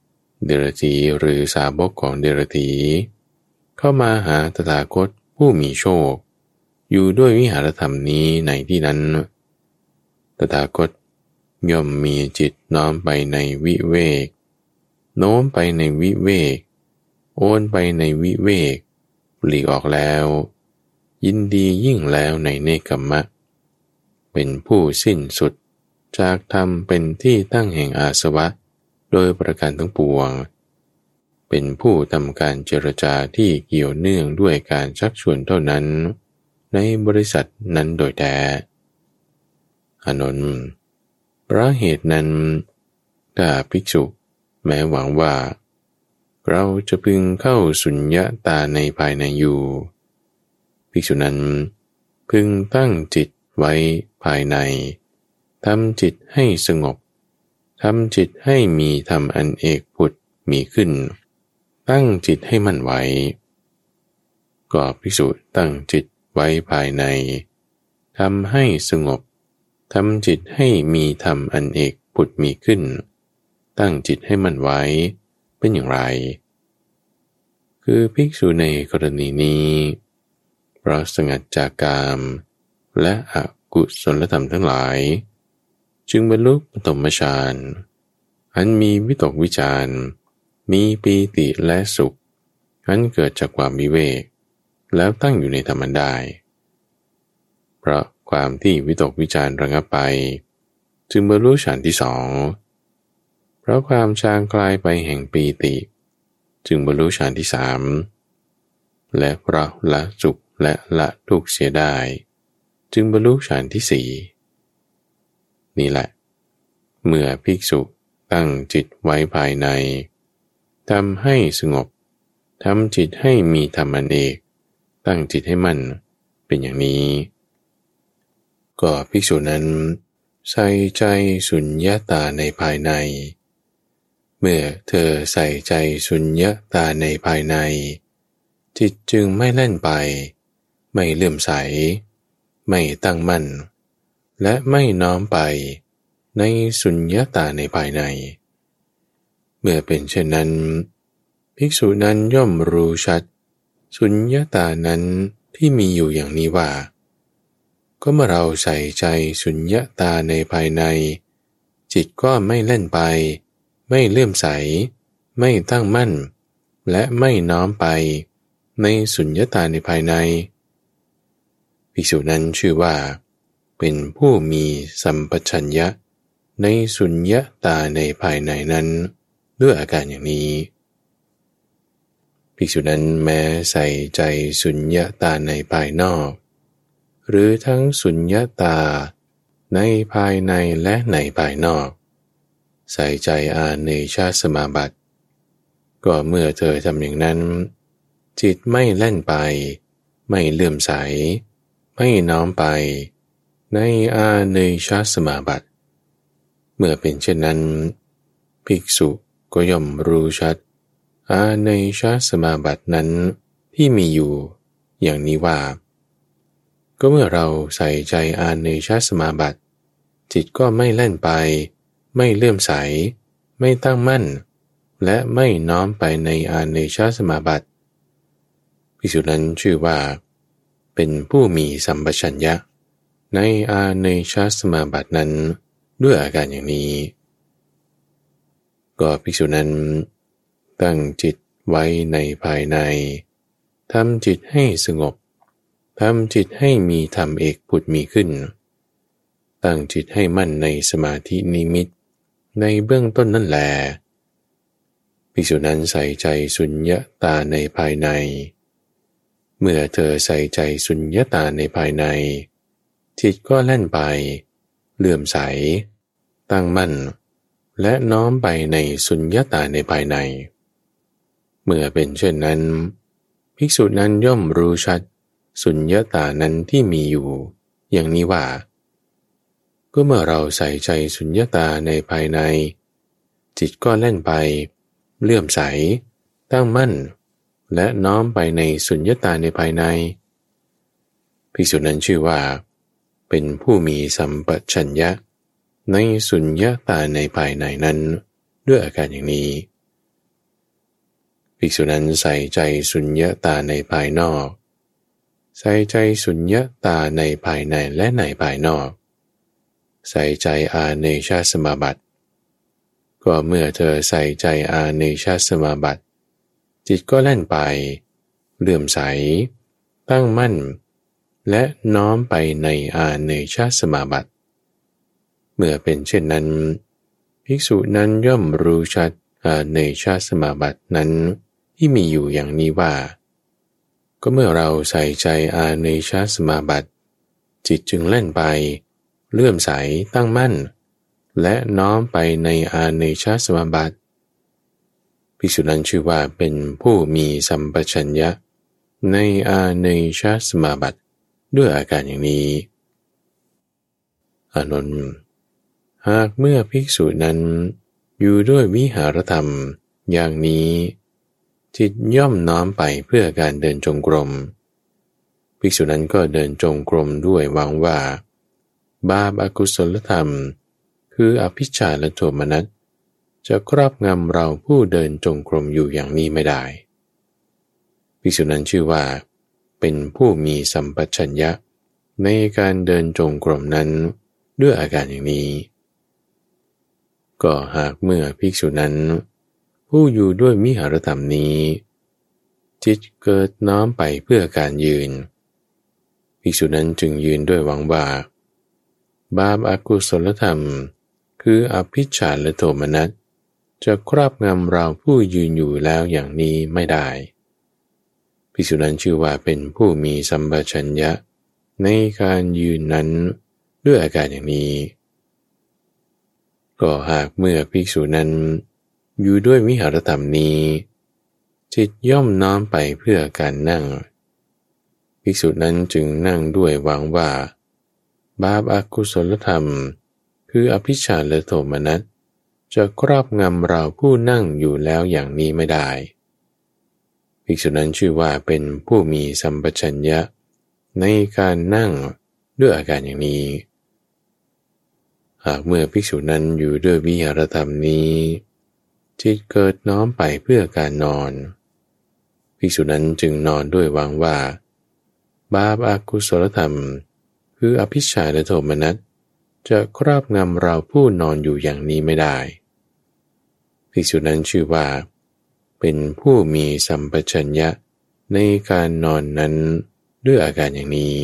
เดรัจฉีหรือสาวกของเดรัจฉีเข้ามาหาตถาคตผู้มีโชคอยู่ด้วยวิหารธรรมนี้ในที่นั้นตถาคตย่อมมีจิตน้อมไปในวิเวกโน้มไปในวิเวกโอนไปในวิเวกหลีกออกแล้วยินดียิ่งแล้วในเนกขัมมะเป็นผู้สิ้นสุดจากธรรมเป็นที่ตั้งแห่งอาสวะโดยประการทั้งปวงเป็นผู้ทำการเจรจาที่เกี่ยวเนื่องด้วยการชักชวนเท่านั้นในบริษัทนั้นโดยแท้อานนท์เพราะเหตุนั้นถ้าภิกษุแม้หวังว่าเราจะพึงเข้าสุญญตาในภายในอยู่ภิกษุนั้นพึงตั้งจิตไว้ภายในทำจิตให้สงบทำจิตให้มีธรรมอันเอกผุดมีขึ้นตั้งจิตให้มั่นไว้ก็ภิกษุตั้งจิตไว้ภายในทำให้สงบทำจิตให้มีธรรมอันเอกผุดมีขึ้นตั้งจิตให้มั่นไว้เป็นอย่างไรคือภิกษุในกรณีนี้เพราะสงัดจากกามและอกุศลธรรมทั้งหลายจึงบรรลุปฐมฌานอันมีวิตกวิจารมีปีติและสุขอันเกิดจากความวิเวกแล้วตั้งอยู่ในธรรมได้เพราะความที่วิตกวิจารระงับไปจึงบรรลุฌานที่สองเพราะความจางคลายไปแห่งปีติจึงบรรลุฌานที่สามและเพราะละสุขและละทุกข์เสียได้จึงบรรลุฌานที่สี่นี่แหละเมื่อภิกษุตั้งจิตไว้ภายในทำให้สงบทำจิตให้มีธรรมอันเอกตั้งจิตให้มั่นเป็นอย่างนี้ก็ภิกษุนั้นใส่ใจสุญญตาในภายในเมื่อเธอใส่ใจสุญญตาในภายในจิตจึงไม่เล่นไปไม่เลื่อมใสไม่ตั้งมั่นและไม่น้อมไปในสุญญตาในภายในเมื่อเป็นเช่นนั้นภิกษุนั้นย่อมรู้ชัดสุญญตานั้นที่มีอยู่อย่างนี้ว่าก็เมื่อเราใส่ใจสุญญตาในภายในจิตก็ไม่เล่นไปไม่เลื่อมใสไม่ตั้งมั่นและไม่น้อมไปในสุญญตาในภายในภิกษุนั้นชื่อว่าเป็นผู้มีสัมปชัญญะในสุญญตาในภายในนั้นด้วยอาการอย่างนี้ภิกษุนั้นแม้ใส่ใจสุญญตาในภายนอกหรือทั้งสุญญตาในภายในและในภายนอกใส่ใจอาเนชสมาบัติก็เมื่อเธอทำอย่างนั้นจิตไม่เล่นไปไม่เลื่อมใสไม่น้อมไปในอาเนชสมาบัติเมื่อเป็นเช่นนั้นภิกษุก็ย่อมรู้ชัดอาเนชสมาบัตินั้นที่มีอยู่อย่างนี้ว่าก็เมื่อเราใส่ใจอาเนชสมาบัติจิตก็ไม่เล่นไปไม่เลื่อมใสไม่ตั้งมั่นและไม่น้อมไปในอาเนชสมาบัติภิกษุนั้นชื่อว่าเป็นผู้มีสัมปชัญญะในอาเนชสมาบัตินั้นด้วยอาการอย่างนี้ก็ภิกษุนั้นตั้งจิตไว้ในภายในทำจิตให้สงบทำจิตให้มีธรรมเอกผุดมีขึ้นตั้งจิตให้มั่นในสมาธินิมิตในเบื้องต้นนั่นแลภิกษุนั้นใส่ใจสุญญตาในภายในเมื่อเธอใส่ใจสุญญตาในภายในจิตก็แล่นไปเลื่อมใสตั้งมั่นและน้อมไปในสุญญตาในภายในเมื่อเป็นเช่นนั้นภิกษุนั้นย่อมรู้ชัดสุญญตานั้นที่มีอยู่อย่างนี้ว่าก็เมื่อเราใส่ใจสุญญตาในภายในจิตก็เล่นไปเลื่อมใสตั้งมั่นและน้อมไปในสุญญตาในภายในภิกษุนั้นชื่อว่าเป็นผู้มีสัมปชัญญะในสุญญตาในภายในนั้นด้วยอาการอย่างนี้ภิกษุนั้นใส่ใจสุญญตาในภายนอกใส่ใจสุญญตาในภายในและในภายนอกใส่ใจอาเนชสมาบัติก็เมื่อเธอใส่ใจอาเนชสมาบัติจิตก็แล่นไปเลื่อมใสตั้งมั่นและน้อมไปในอาเนชสมาบัติเมื่อเป็นเช่นนั้นภิกษุนั้นย่อมรู้ชัดอาเนชสมาบัตินั้นที่มีอยู่อย่างนี้ว่าก็เมื่อเราใส่ใจอาเนชสมาบัติจิตจึงเล่นไปเลื่อมใสตั้งมั่นและน้อมไปในอาเนชสมาบัติภิกษุนั้นชื่อว่าเป็นผู้มีสัมปชัญญะในอาเนชสมาบัติด้วยอาการอย่างนี้อานนท์หากเมื่อภิกษุนั้นอยู่ด้วยวิหารธรรมอย่างนี้จิตย่อมน้อมไปเพื่อการเดินจงกรมภิกษุนั้นก็เดินจงกรมด้วยหวังว่าบาปอกุศลธรรมคืออภิชฌาและโทมนัสจะครอบงำเราผู้เดินจงกรมอยู่อย่างนี้ไม่ได้ภิกษุนั้นชื่อว่าเป็นผู้มีสัมปชัญญะในการเดินจงกรมนั้นด้วยอาการอย่างนี้ก็หากเมื่อภิกษุนั้นผู้อยู่ด้วยวิหารธรรมนี้จิตเกิดน้อมไปเพื่อการยืนภิกษุนั้นจึงยืนด้วยหวังว่าบาปอกุศลธรรมคืออภิชฌาและโทมนัสจะครอบงำเราผู้ยืนอยู่แล้วอย่างนี้ไม่ได้ภิกษุนั้นชื่อว่าเป็นผู้มีสัมปชัญญะในการยืนนั้นด้วยอาการอย่างนี้ก็หากเมื่อภิกษุนั้นอยู่ด้วยวิหารธรรมนี้จิตย่อมน้อมไปเพื่อการนั่งภิกษุนั้นจึงนั่งด้วยหวังว่าบาปอกุศลธรรมคืออภิชฌาและโทมนัสจะครอบงำเราผู้นั่งอยู่แล้วอย่างนี้ไม่ได้ภิกษุนั้นชื่อว่าเป็นผู้มีสัมปชัญญะในการนั่งด้วยอาการอย่างนี้หากเมื่อภิกษุนั้นอยู่ด้วยวิหารธรรมนี้จิตเกิดน้อมไปเพื่อการนอนภิกษุนั้นจึงนอนด้วยหวังว่าบาปอกุศลธรรมคืออภิชฌาและโทมนัสจะครอบงำเราผู้นอนอยู่อย่างนี้ไม่ได้ภิกษุนั้นชื่อว่าเป็นผู้มีสัมปชัญญะในการนอนนั้นด้วยอาการอย่างนี้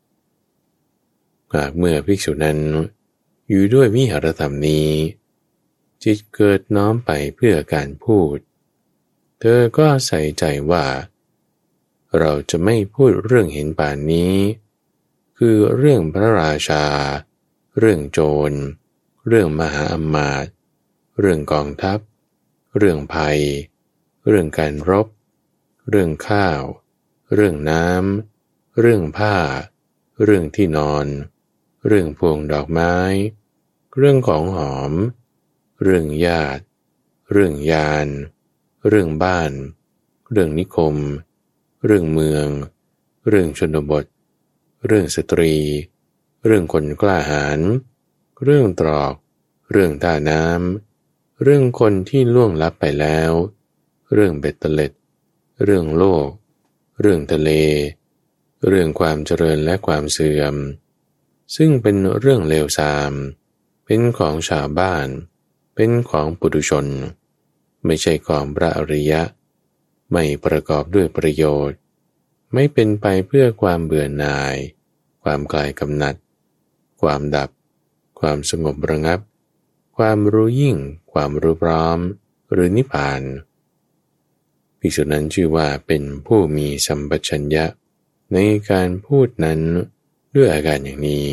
หากเมื่อภิกษุนั้นอยู่ด้วยวิหารธรรมนี้จิตเกิดน้อมไปเพื่อการพูดเธอก็ใส่ใจว่าเราจะไม่พูดเรื่องเห็นป่านนี้คือเรื่องพระราชาเรื่องโจรเรื่องมหาอมาตย์เรื่องกองทัพเรื่องภัยเรื่องการรบเรื่องข้าวเรื่องน้ำเรื่องผ้าเรื่องที่นอนเรื่องพวงดอกไม้เรื่องของหอมเรื่องญาติเรื่องยานเรื่องบ้านเรื่องนิคมเรื่องเมืองเรื่องชนบทเรื่องสตรีเรื่องคนกล้าหาญเรื่องตรอกเรื่องท่าน้ำเรื่องคนที่ล่วงลับไปแล้วเรื่องเบ็ดเตล็ดเรื่องโลกเรื่องทะเลเรื่องความเจริญและความเสื่อมซึ่งเป็นเรื่องเลวทรามเป็นของชาวบ้านเป็นของปุถุชนไม่ใช่ของพระอริยะไม่ประกอบด้วยประโยชน์ไม่เป็นไปเพื่อความเบื่อหน่ายความคลายกำหนัดความดับความสงบระงับความรู้ยิ่งความรู้พร้อมหรือนิพพานภิกษุนั้นชื่อว่าเป็นผู้มีสัมปชัญญะในการพูดนั้นด้วยอาการอย่างนี้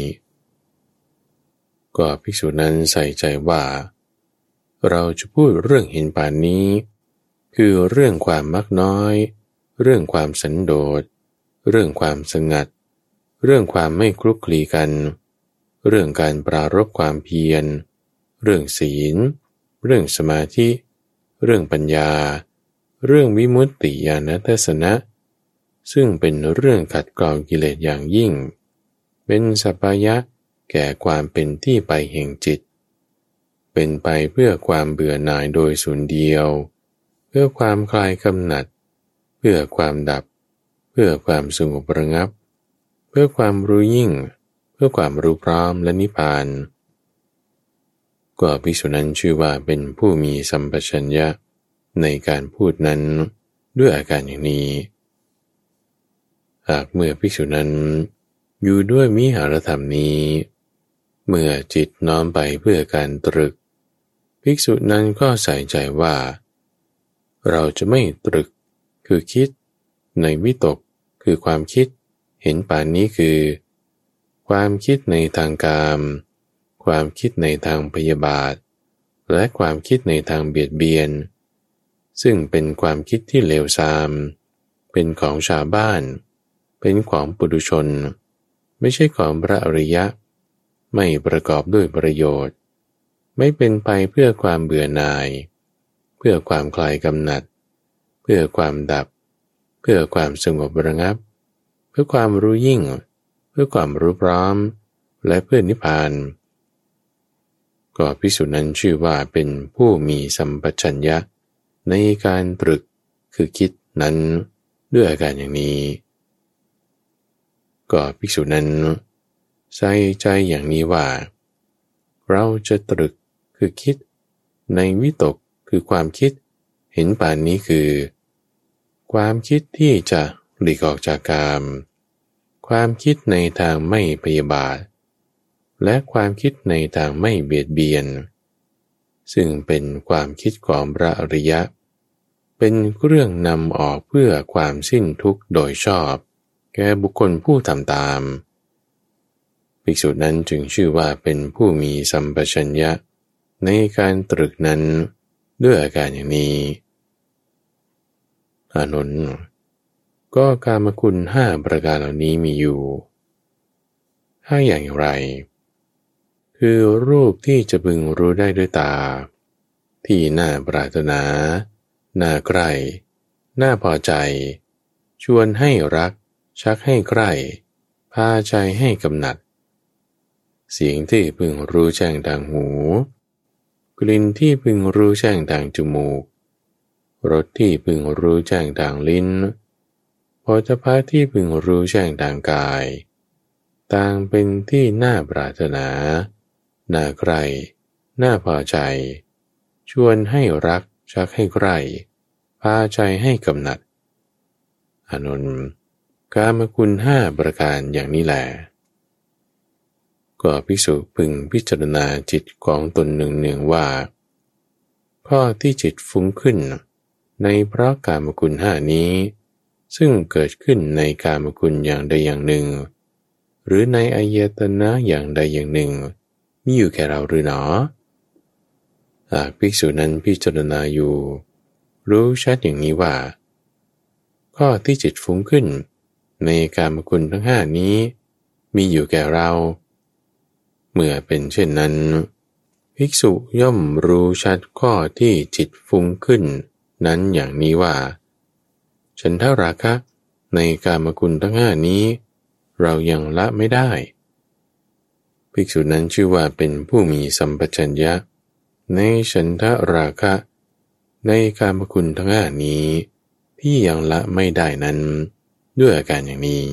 ก็ภิกษุนั้นใส่ใจว่าเราจะพูดเรื่องเห็นป่านนี้คือเรื่องความมักน้อยเรื่องความสันโดษเรื่องความสงัดเรื่องความไม่คลุกคลีกันเรื่องการปรารภความเพียรเรื่องศีลเรื่องสมาธิเรื่องปัญญาเรื่องวิมุตติญาณทัสสนะซึ่งเป็นเรื่องขัดเกลากิเลสอย่างยิ่งเป็นสัพพายะแก่ความเป็นที่ไปแห่งจิตเป็นไปเพื่อความเบื่อหน่ายโดยส่วนเดียวพื่อความคลายกำหนัดเพื่อความดับเพื่อความสงบระงับเพื่อความรู้ยิ่งเพื่อความรู้พร้อมและนิพพานก็ภิกษุนั้นชื่อว่าเป็นผู้มีสัมปชัญญะในการพูดนั้นด้วยอาการอย่างนี้หากเมื่อภิกษุนั้นอยู่ด้วยวิหารธรรมนี้เมื่อจิตน้อมไปเพื่อการตรึกภิกษุนั้นก็ใส่ใจว่าเราจะไม่ตรึกคือคิดในวิตกคือความคิดเห็นป่านนี้คือความคิดในทางกามความคิดในทางพยาบาทและความคิดในทางเบียดเบียนซึ่งเป็นความคิดที่เลวทรามเป็นของชาวบ้านเป็นของปุถุชนไม่ใช่ของพระอริยะไม่ประกอบด้วยประโยชน์ไม่เป็นไปเพื่อความเบื่อหน่ายเพื่อความคลายกำหนัดเพื่อความดับเพื่อความสงบระงับเพื่อความรู้ยิ่งเพื่อความรู้พร้อมและเพื่อนิพพานก็ภิกษุนั้นชื่อว่าเป็นผู้มีสัมปชัญญะในการตรึกคือคิดนั้นด้วยอาการอย่างนี้ก็ภิกษุนั้นใส่ใจอย่างนี้ว่าเราจะตรึกคือคิดในวิตกคือความคิดเห็นป่านนี้คือความคิดที่จะหลีกออกจากกามความคิดในทางไม่พยาบาทและความคิดในทางไม่เบียดเบียนซึ่งเป็นความคิดของพระอริยะเป็นเรื่องนำออกเพื่อความสิ้นทุกข์โดยชอบแก่บุคคลผู้ทำตามภิกษุนั้นจึงชื่อว่าเป็นผู้มีสัมปชัญญะในการตรึกนั้นด้วยอาการอย่างนี้อานนท์ก็กามคุณ5ประการเหล่านี้มีอยู่5อย่างไรคือรูปที่จะพึงรู้ได้ด้วยตาที่น่าปรารถนาน่าใคร่น่าพอใจชวนให้รักชักให้ใคร่พาใจให้กำหนัดเสียงที่พึงรู้แจ้งทางหูกลิ่นที่พึงรู้แจ้งทางจมูกรสที่พึงรู้แจ้งทางลิ้นโผฏฐัพพะที่พึงรู้แจ้งทางกายต่างเป็นที่น่าปรารถนาน่าใคร่น่าพอใจชวนให้รักชักให้ใคร่พาใจให้กำหนัดอานนท์กามคุณ5ประการอย่างนี้แหละก็ภิกษุพึงพิจารณาจิตของตนเนืองๆว่าข้อที่จิตฟุ้งขึ้นในเพราะกามคุณ5นี้ซึ่งเกิดขึ้นในกามคุณอย่างใดอย่างหนึ่งหรือในอายตนะอย่างใดอย่างหนึ่งมีอยู่แก่เราหรือหนอหากภิกษุนั้นพิจารณาอยู่รู้ชัดอย่างนี้ว่าข้อที่จิตฟุ้งขึ้นในกามคุณทั้ง5นี้มีอยู่แก่เราเมื่อเป็นเช่นนั้นภิกษุย่อมรู้ชัดข้อที่จิตฟุ้งขึ้นนั้นอย่างนี้ว่าฉันทราคะในกามคุณทั้ง5นี้เรายังละไม่ได้ภิกษุนั้นชื่อว่าเป็นผู้มีสัมปชัญญะในฉันทราคะในกามคุณทั้ง5นี้ที่ยังละไม่ได้นั้นด้วยอาการอย่างนี้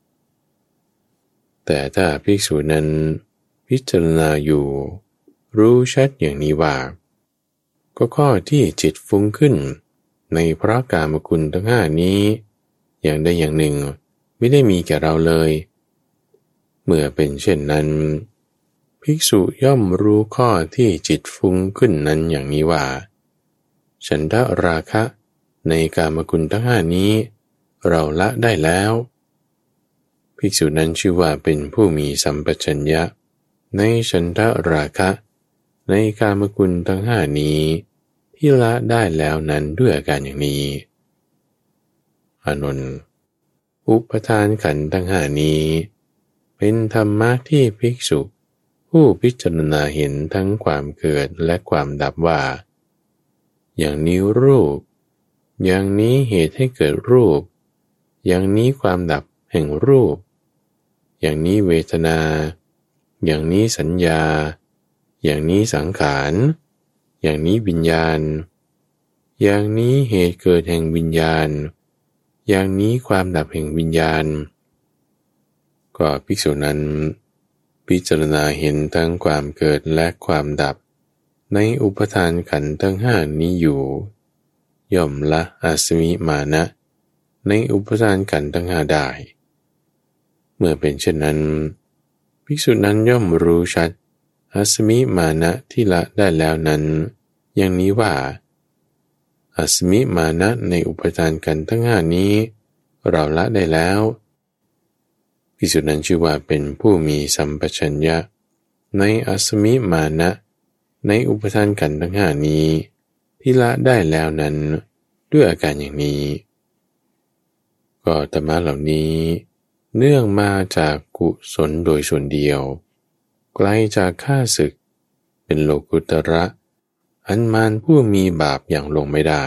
แต่ถ้าภิกษุนั้นพิจารณาอยู่รู้ชัดอย่างนี้ว่าก็ข้อที่จิตฟุ้งขึ้นในเพราะกามคุณทั้ง5นี้อย่างใดอย่างหนึ่งไม่ได้มีแก่เราเลยเมื่อเป็นเช่นนั้นภิกษุย่อมรู้ข้อที่จิตฟุ้งขึ้นนั้นอย่างนี้ว่าฉันทราคะในกามคุณทั้ง5นี้เราละได้แล้วภิกษุนั้นชื่อว่าเป็นผู้มีสัมปชัญญะในฉันทราคะในกามคุณทั้ง5นี้ที่ละได้แล้วนั้นด้วยอาการอย่างนี้อานนท์อุปทานขันธ์ทั้ง5นี้เป็นธรรมะที่ภิกษุผู้พิจารณาเห็นทั้งความเกิดและความดับว่าอย่างนี้รูปอย่างนี้เหตุให้เกิดรูปอย่างนี้ความดับแห่งรูปอย่างนี้เวทนาอย่างนี้สัญญาอย่างนี้สังขารอย่างนี้วิญญาณอย่างนี้เหตุเกิดแห่งวิญญาณอย่างนี้ความดับแห่งวิญญาณก็ภิกษุนั้นพิจารณาเห็นทั้งความเกิดและความดับในอุปทานขันธ์ทั้งห้านี้อยู่ย่อมละอาสมิมานะในอุปทานขันธ์ทั้งห้าได้เมื่อเป็นเช่นนั้นภิกษุนั้นย่อมรู้ชัดอาสมิมานะที่ละได้แล้วนั้นอย่างนี้ว่าอาสมิมานะในอุปทานขันธ์ทั้งห้านี้เราละได้แล้วภิกษุนั้นชื่อว่าเป็นผู้มีสัมปชัญญะในอาสมิมานะในอุปทานขันธ์ทั้งห้านี้ที่ละได้แล้วนั้นด้วยอาการอย่างนี้ก็ธรรมะเหล่านี้เนื่องมาจากกุศลโดยส่วนเดียวไกลจากข้าศึกเป็นโลกุตระอันมารผู้มีบาปอย่างลงไม่ได้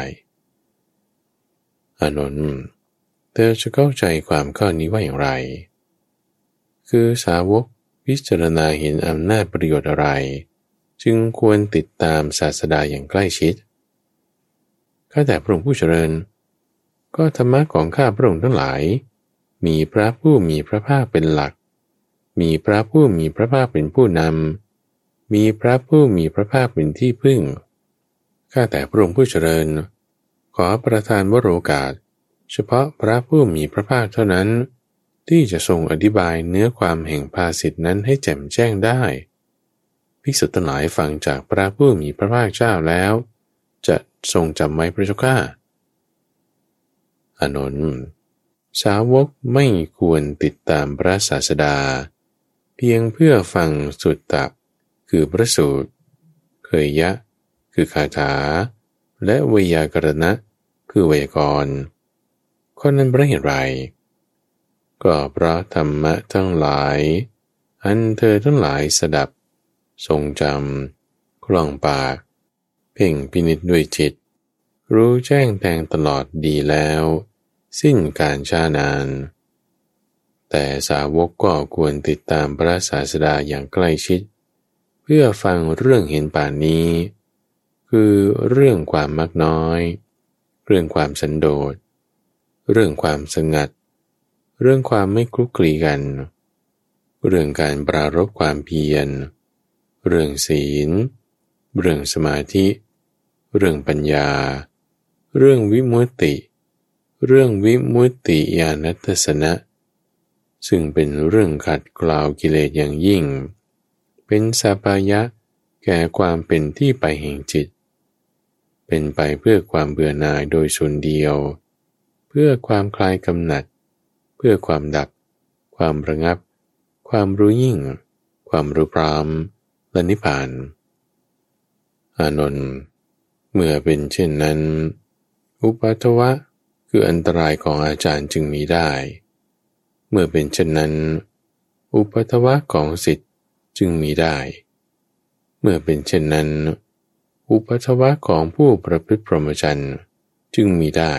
อานนท์เธอจะเข้าใจความข้อนี้ว่าอย่างไรคือสาวกพิจารณาเห็นอำนาจประโยชน์อะไรจึงควรติดตามศาสดาอย่างใกล้ชิดข้าแต่พระองค์ผู้เจริญก็ธรรมะของข้าพระองค์ทั้งหลายมีพระผู้มีพระภาคเป็นหลักมีพระผู้มีพระภาคเป็นผู้นำมีพระผู้มีพระภาคเป็นที่พึ่งข้าแต่พระองค์ผู้เจริญขอประทานวโรกาสเฉพาะพระผู้มีพระภาคเท่านั้นที่จะทรงอธิบายเนื้อความแห่งภาษิตนั้นให้แจ่มแจ้งได้ภิกษุทั้งหลายฟังจากพระผู้มีพระภาคเจ้าแล้วจะทรงจำไว้พระเจ้าข้าอานนท์สาวกไม่ควรติดตามพระศาสดาเพียงเพื่อฟังสุตตะคือพระสูตรเคยยะคือคาถาและไวยากรณะคือไวยากรณ์ข้อนั้นเพราะเหตุไรก็เพราะธรรมะทั้งหลายอันเธอทั้งหลายสดับทรงจำคล่องปากเพ่งพินิจด้วยจิตรู้แจ้งแทงตลอดดีแล้วสิ้นการช้านานแต่สาวกก็ควรติดตามพระศาสดาอย่างใกล้ชิดเพื่อฟังเรื่องเห็นป่านนี้คือเรื่องความมักน้อยเรื่องความสันโดษเรื่องความสงัดเรื่องความไม่คลุกคลีกันเรื่องการปรารภความเพียรเรื่องศีลเรื่องสมาธิเรื่องปัญญาเรื่องวิมุตติเรื่องวิมุตติญาณทัสสนะซึ่งเป็นเรื่องขัดเกลากิเลสอย่างยิ่งเป็นสัพพายะแก่ความเป็นที่ไปแห่งจิตเป็นไปเพื่อความเบื่อหน่ายโดยส่วนเดียวเพื่อความคลายกำหนัดเพื่อความดับความระงับความรู้ยิ่งความรู้พร้อมและนิพพานอานนท์เมื่อเป็นเช่นนั้นอุปัฏฐวะคืออันตรายของอาจารย์จึงมีได้เมื่อเป็นเช่นนั้นอุปัฏฐวะของศิษย์จึงมีได้เมื่อเป็นเช่นนั้นอุปัฏฐวะของผู้ประพฤติพรหมจรรย์จึงมีได้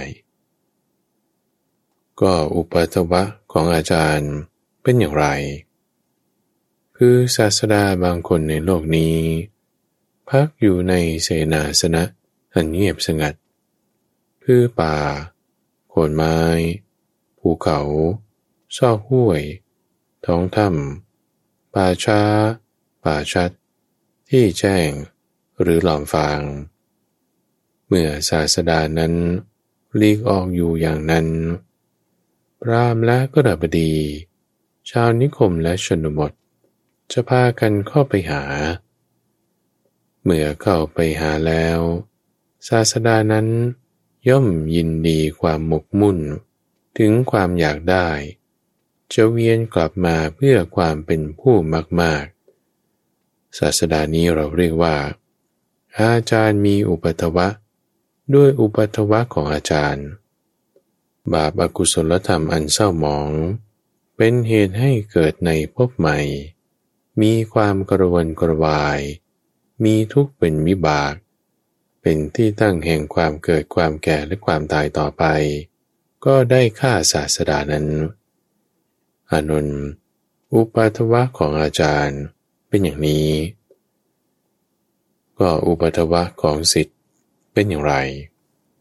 ก็อุปัฏฐวะของอาจารย์เป็นอย่างไรคือศาสดาบางคนในโลกนี้พักอยู่ในเสนาสนะอันเงียบสงัดคือป่าโคนไม้ภูเขาซอกห้วยท้องถ้ำป่าช้าป่าชัดที่แจ้งหรือหลอมฟางเมื่อศาสดานั้นหลีกออกอยู่อย่างนั้นพราหมณ์และกฤหบดีชาวนิคมและชนบทจะพากันเข้าไปหาเมื่อเข้าไปหาแล้วศาสดานั้นย่อมยินดีความหมกมุ่นถึงความอยากได้จะเวียนกลับมาเพื่อความเป็นผู้มากๆศาสดานี้เราเรียกว่าอาจารย์มีอุปัฏฐวะด้วยอุปัฏฐวะของอาจารย์บาปอกุศลธรรมอันเศร้าหมองเป็นเหตุให้เกิดในภพใหม่มีความกระวนกระวายมีทุกข์เป็นวิบากเป็นที่ตั้งแห่งความเกิดความแก่และความตายต่อไปก็ได้ฆ่าศาสดานั้นอานนท์อุปัฏฐวะของอาจารย์เป็นอย่างนี้ก็อุปัฏฐวะของศิษย์เป็นอย่างไร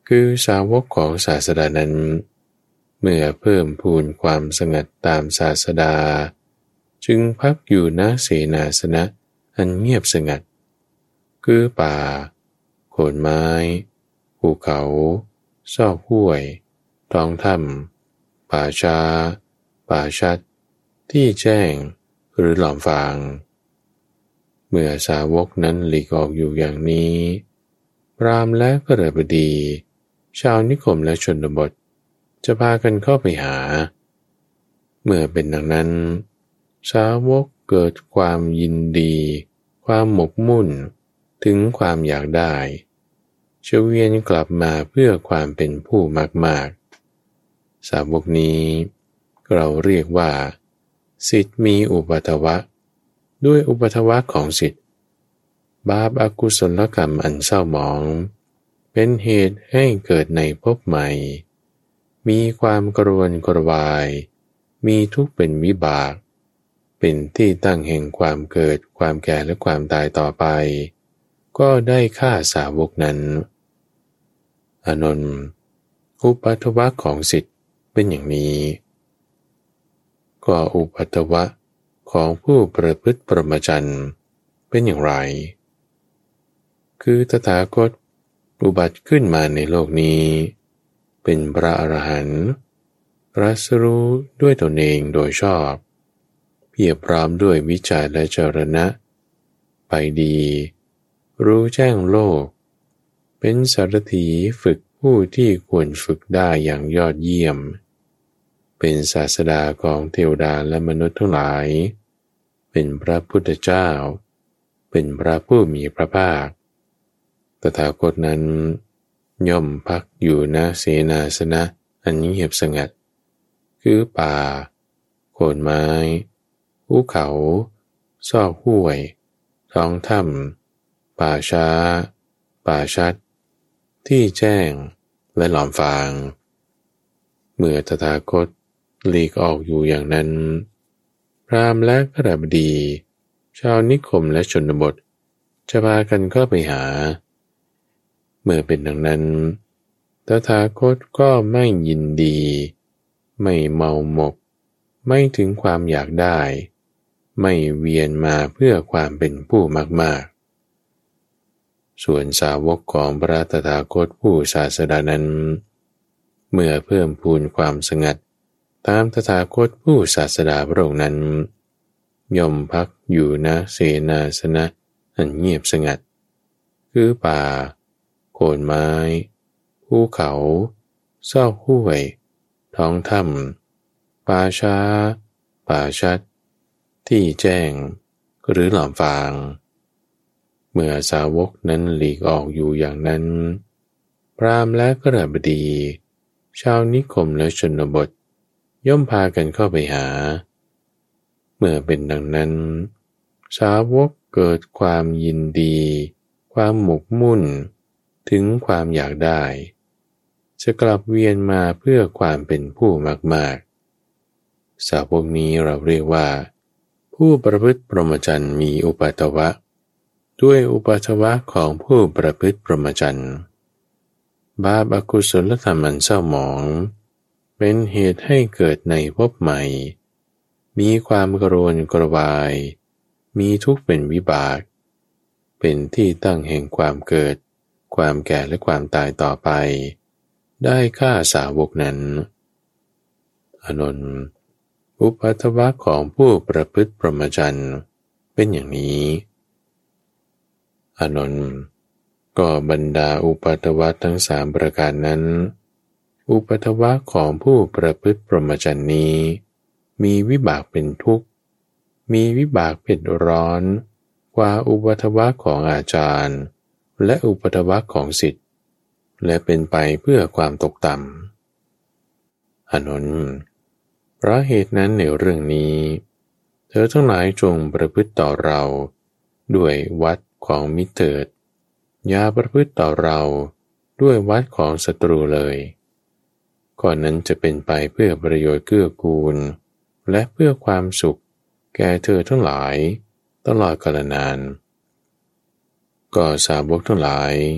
คือสาวกของศาสดานั้นเมื่อเพิ่มพูนความสงัดตามศาสดาจึงพักอยู่ณเสนาสนะอันเงียบสงัดคือป่าโคนไม้ภูเขาซอกห้วยท้องถ้ำป่าช้าป่าชัดที่แจ้งหรือหลอมฟางเมื่อสาวกนั้นหลีกออกอยู่อย่างนี้พราหมณ์และกฤบดีชาวนิคมและชนบทจะพากันเข้าไปหาเมื่อเป็นดังนั้นสาวกเกิดความยินดีความหมกมุ่นถึงความอยากได้จะเวียนกลับมาเพื่อความเป็นผู้มากๆสาวกนี้เราเรียกว่าสิทธิ์มีอุปัฏฐวะด้วยอุปัฏฐวะของสิทธิ์บาปอกุศลกรรมอันเศร้าหมองเป็นเหตุให้เกิดในภพใหม่มีความกระวนกระวายมีทุกข์เป็นวิบากเป็นที่ตั้งแห่งความเกิดความแก่และความตายต่อไปก็ได้ฆ่าสาวกนั้นอานนท์อุปัฏฐวะของสิทธิ์เป็นอย่างนี้ก็อุปัฏฐวะของผู้ประพฤติพรหมจรรย์เป็นอย่างไรคือตถาคตอุบัติขึ้นมาในโลกนี้เป็นพระอรหันต์ตรัสรู้ด้วยตนเองโดยชอบเพียบพร้อมด้วยวิจัยและจรณะไปดีรู้แจ้งโลกเป็นสารถีฝึกผู้ที่ควรฝึกได้อย่างยอดเยี่ยมเป็นศาสดาของเทวดาและมนุษย์ทั้งหลายเป็นพระพุทธเจ้าเป็นพระผู้มีพระภาคตถาคตนั้นย่อมพักอยู่ณเสนาสนะอันเงียบสงัดคือป่าโคนไม้ภูเขาซอกห้วยท้องถ้ำป่าช้าป่าชัดที่แจ้งและหลอมฟางเมื่อตถาคตหลีกออกอยู่อย่างนั้นพราหมณ์และกฤบดีชาวนิคมและชนบทจะพากันเข้าไปหาเมื่อเป็นดังนั้นตถาคตก็ไม่ยินดีไม่เมาหมกไม่ถึงความอยากได้ไม่เวียนมาเพื่อความเป็นผู้มากๆส่วนสาวกของพระตถาคตผู้ศาสดานั้นเมื่อเพิ่มพูนความสงัดตามตถาคตผู้ศาสดาพระองค์นั้นย่อมพักอยู่ณเสนาสนะอันเงียบสงัดคือป่าโคนไม้ภูเขาซอกห้วยท้องถ้ำป่าช้าป่าชัดที่แจ้งหรือหลอมฟางเมื่อสาวกนั้นหลีกออกอยู่อย่างนั้นพราหมณ์และกฤบดีชาวนิคมและชนบทย่อมพากันเข้าไปหาเมื่อเป็นดังนั้นสาวกเกิดความยินดีความหมกมุ่นถึงความอยากได้จะกลับเวียนมาเพื่อความเป็นผู้มากๆสาวกนี้เราเรียกว่าผู้ประพฤติพรหมจรรย์มีอุปัฏฐวะด้วยอุปัฏฐวะของผู้ประพฤติพรหมจรรย์บาปอกุศลธรรมอันเศร้าหมองเป็นเหตุให้เกิดในภพใหม่มีความกระวนกระวายมีทุกข์เป็นวิบากเป็นที่ตั้งแห่งความเกิดความแก่และความตายต่อไปได้ฆ่าสาวกนั้นอานนท์อุปัฏฐวะของผู้ประพฤติพรหมจรรย์เป็นอย่างนี้อานนท์ก็บรรดาอุปัฏฐวะทั้งสามประการนั้นอุปัฏฐวะของผู้ประพฤติพรหมจรรย์นี้มีวิบากเป็นทุกข์มีวิบากเป็นร้อนกว่าอุปัฏฐวะของอาจารย์และอุปัฏฐวะของศิษย์และเป็นไปเพื่อความตกต่ำอานนท์เพราะเหตุนั้นในเรื่องนี้เธอทั้งหลายจงประพฤติต่อเราด้วยวัดของมิตรเถิดอย่าประพฤติต่อเราด้วยวัดของศัตรูเลยก่อนนั้นจะเป็นไปเพื่อประโยชน์เกื้อกูลและเพื่อความสุขแก่เธอทั้งหลายตลอดกาลนานก็สาวกทั้งหลาย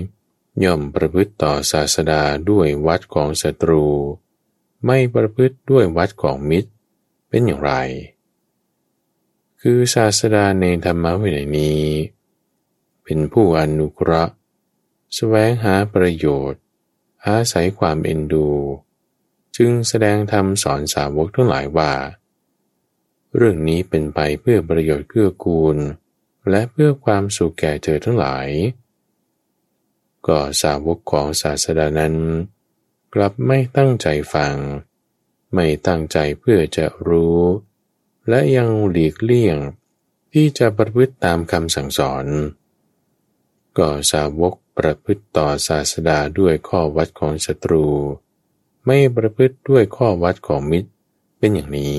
ย่อมประพฤติต่อศาสดาด้วยวัดของศัตรูไม่ประพฤติด้วยวัดของมิตรเป็นอย่างไรคือศาสดาในธรรมวินัยนี้เป็นผู้อนุเคราะห์แสวงหาประโยชน์อาศัยความเอ็นดูจึงแสดงธรรมสอนสาวกทั้งหลายว่าเรื่องนี้เป็นไปเพื่อประโยชน์เกื้อกูลและเพื่อความสุขแก่เธอทั้งหลายก็สาวกของศาสดานั้นกลับไม่ตั้งใจฟังไม่ตั้งใจเพื่อจะรู้และยังหลีกเลี่ยงที่จะประพฤติตามคำสั่งสอนก็สาวกประพฤติต่อศาสดาด้วยข้อวัดของศัตรูไม่ประพฤติด้วยข้อวัดของมิตรเป็นอย่างนี้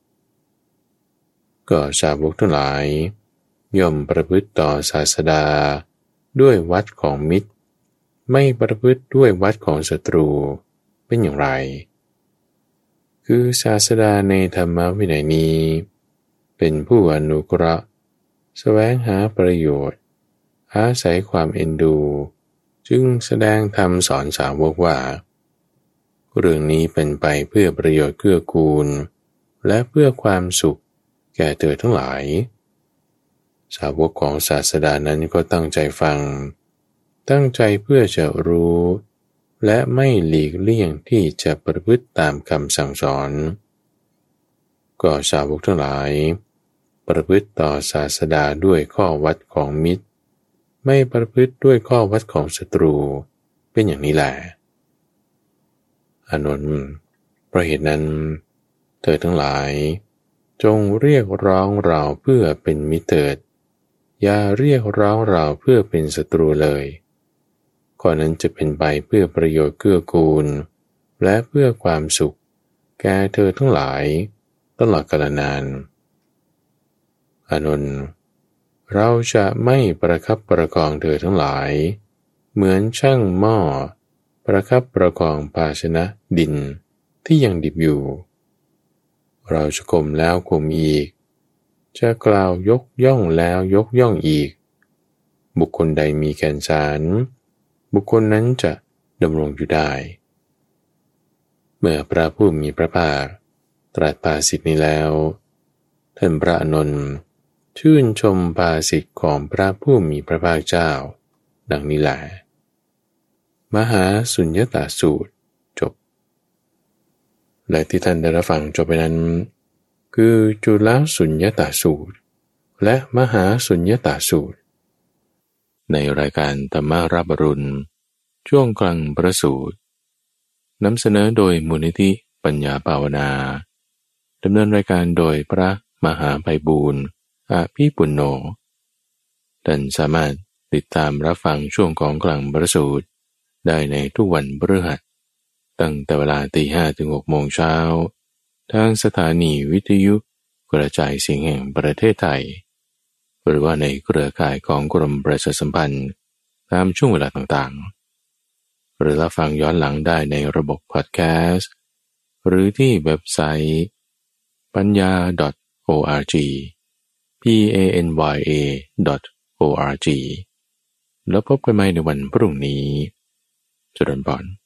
ก็สาวกทั้งหลายย่อมประพฤติต่อศาสดาด้วยวัดของมิตรไม่ประพฤติด้วยวัดของศัตรูเป็นอย่างไรคือศาสดาในธรรมวินัยนี้เป็นผู้อนุเคราะห์แสวงหาประโยชน์อาศัยความเอ็นดูจึงแสดงธรรมสอนสาวกว่าเรื่องนี้เป็นไปเพื่อประโยชน์เกื้อกูลและเพื่อความสุขแก่เธอทั้งหลายสาวกของศาสดานั้นก็ตั้งใจฟังตั้งใจเพื่อจะรู้และไม่หลีกเลี่ยงที่จะประพฤติตามคำสั่งสอนก็สาวกทั้งหลายประพฤติต่อศาสดาด้วยข้อวัดของมิตรไม่ประพฤติด้วยข้อวัดของศัตรูเป็นอย่างนี้แหละอานนท์เพราะเหตุนั้นเธอทั้งหลายจงเรียกร้องเราเพื่อเป็นมิตรเถิดอย่าเรียกร้องเราเพื่อเป็นศัตรูเลยข้อนั้นจะเป็นไปเพื่อประโยชน์เกื้อกูลและเพื่อความสุขแก่เธอทั้งหลายตลอดกาลนานอานนท์เราจะไม่ประคับประคองเธอทั้งหลายเหมือนช่างหม้อประคับประคองภาชนะดินที่ยังดิบอยู่เราจะข่มแล้วข่มอีกจะกล่าวยกย่องแล้วยกย่องอีกบุคคลใดมีแก่นสารบุคคลนั้นจะดำรงอยู่ได้เมื่อพระผู้มีพระภาคตรัสภาษิตนี้แล้วท่านพระอานนท์ชื่นชมภาษิตของพระผู้มีพระภาคเจ้าดังนี้แหละมหาสุญญตสูตรจบและที่ท่านได้รับฟังจบไปนั้นคือจุลสุญญตสูตรและมหาสุญญตสูตรในรายการธรรมารับอรุณช่วงกลางประสูตรนำเสนอโดยมูลนิธิปัญญาภาวนาดำเนินรายการโดยพระมหาไพบูลย์อภิปุณโญท่านสามารถติดตามรับฟังช่วงของกลางประสูตรได้ในทุกวันพฤหัสตั้งแต่เวลา 5:00 ถึง 6:00 น.ทางสถานีวิทยุกระจายเสียงแห่งประเทศไทยหรือว่าในเครือข่ายของกรมประชาสัมพันธ์ตามช่วงเวลาต่างๆหรือรับฟังย้อนหลังได้ในระบบพอดแคสต์หรือที่เว็บไซต์ปัญญา .org panya.org แล้วพบกันใหม่ในวันพรุ่งนี้เจริญพร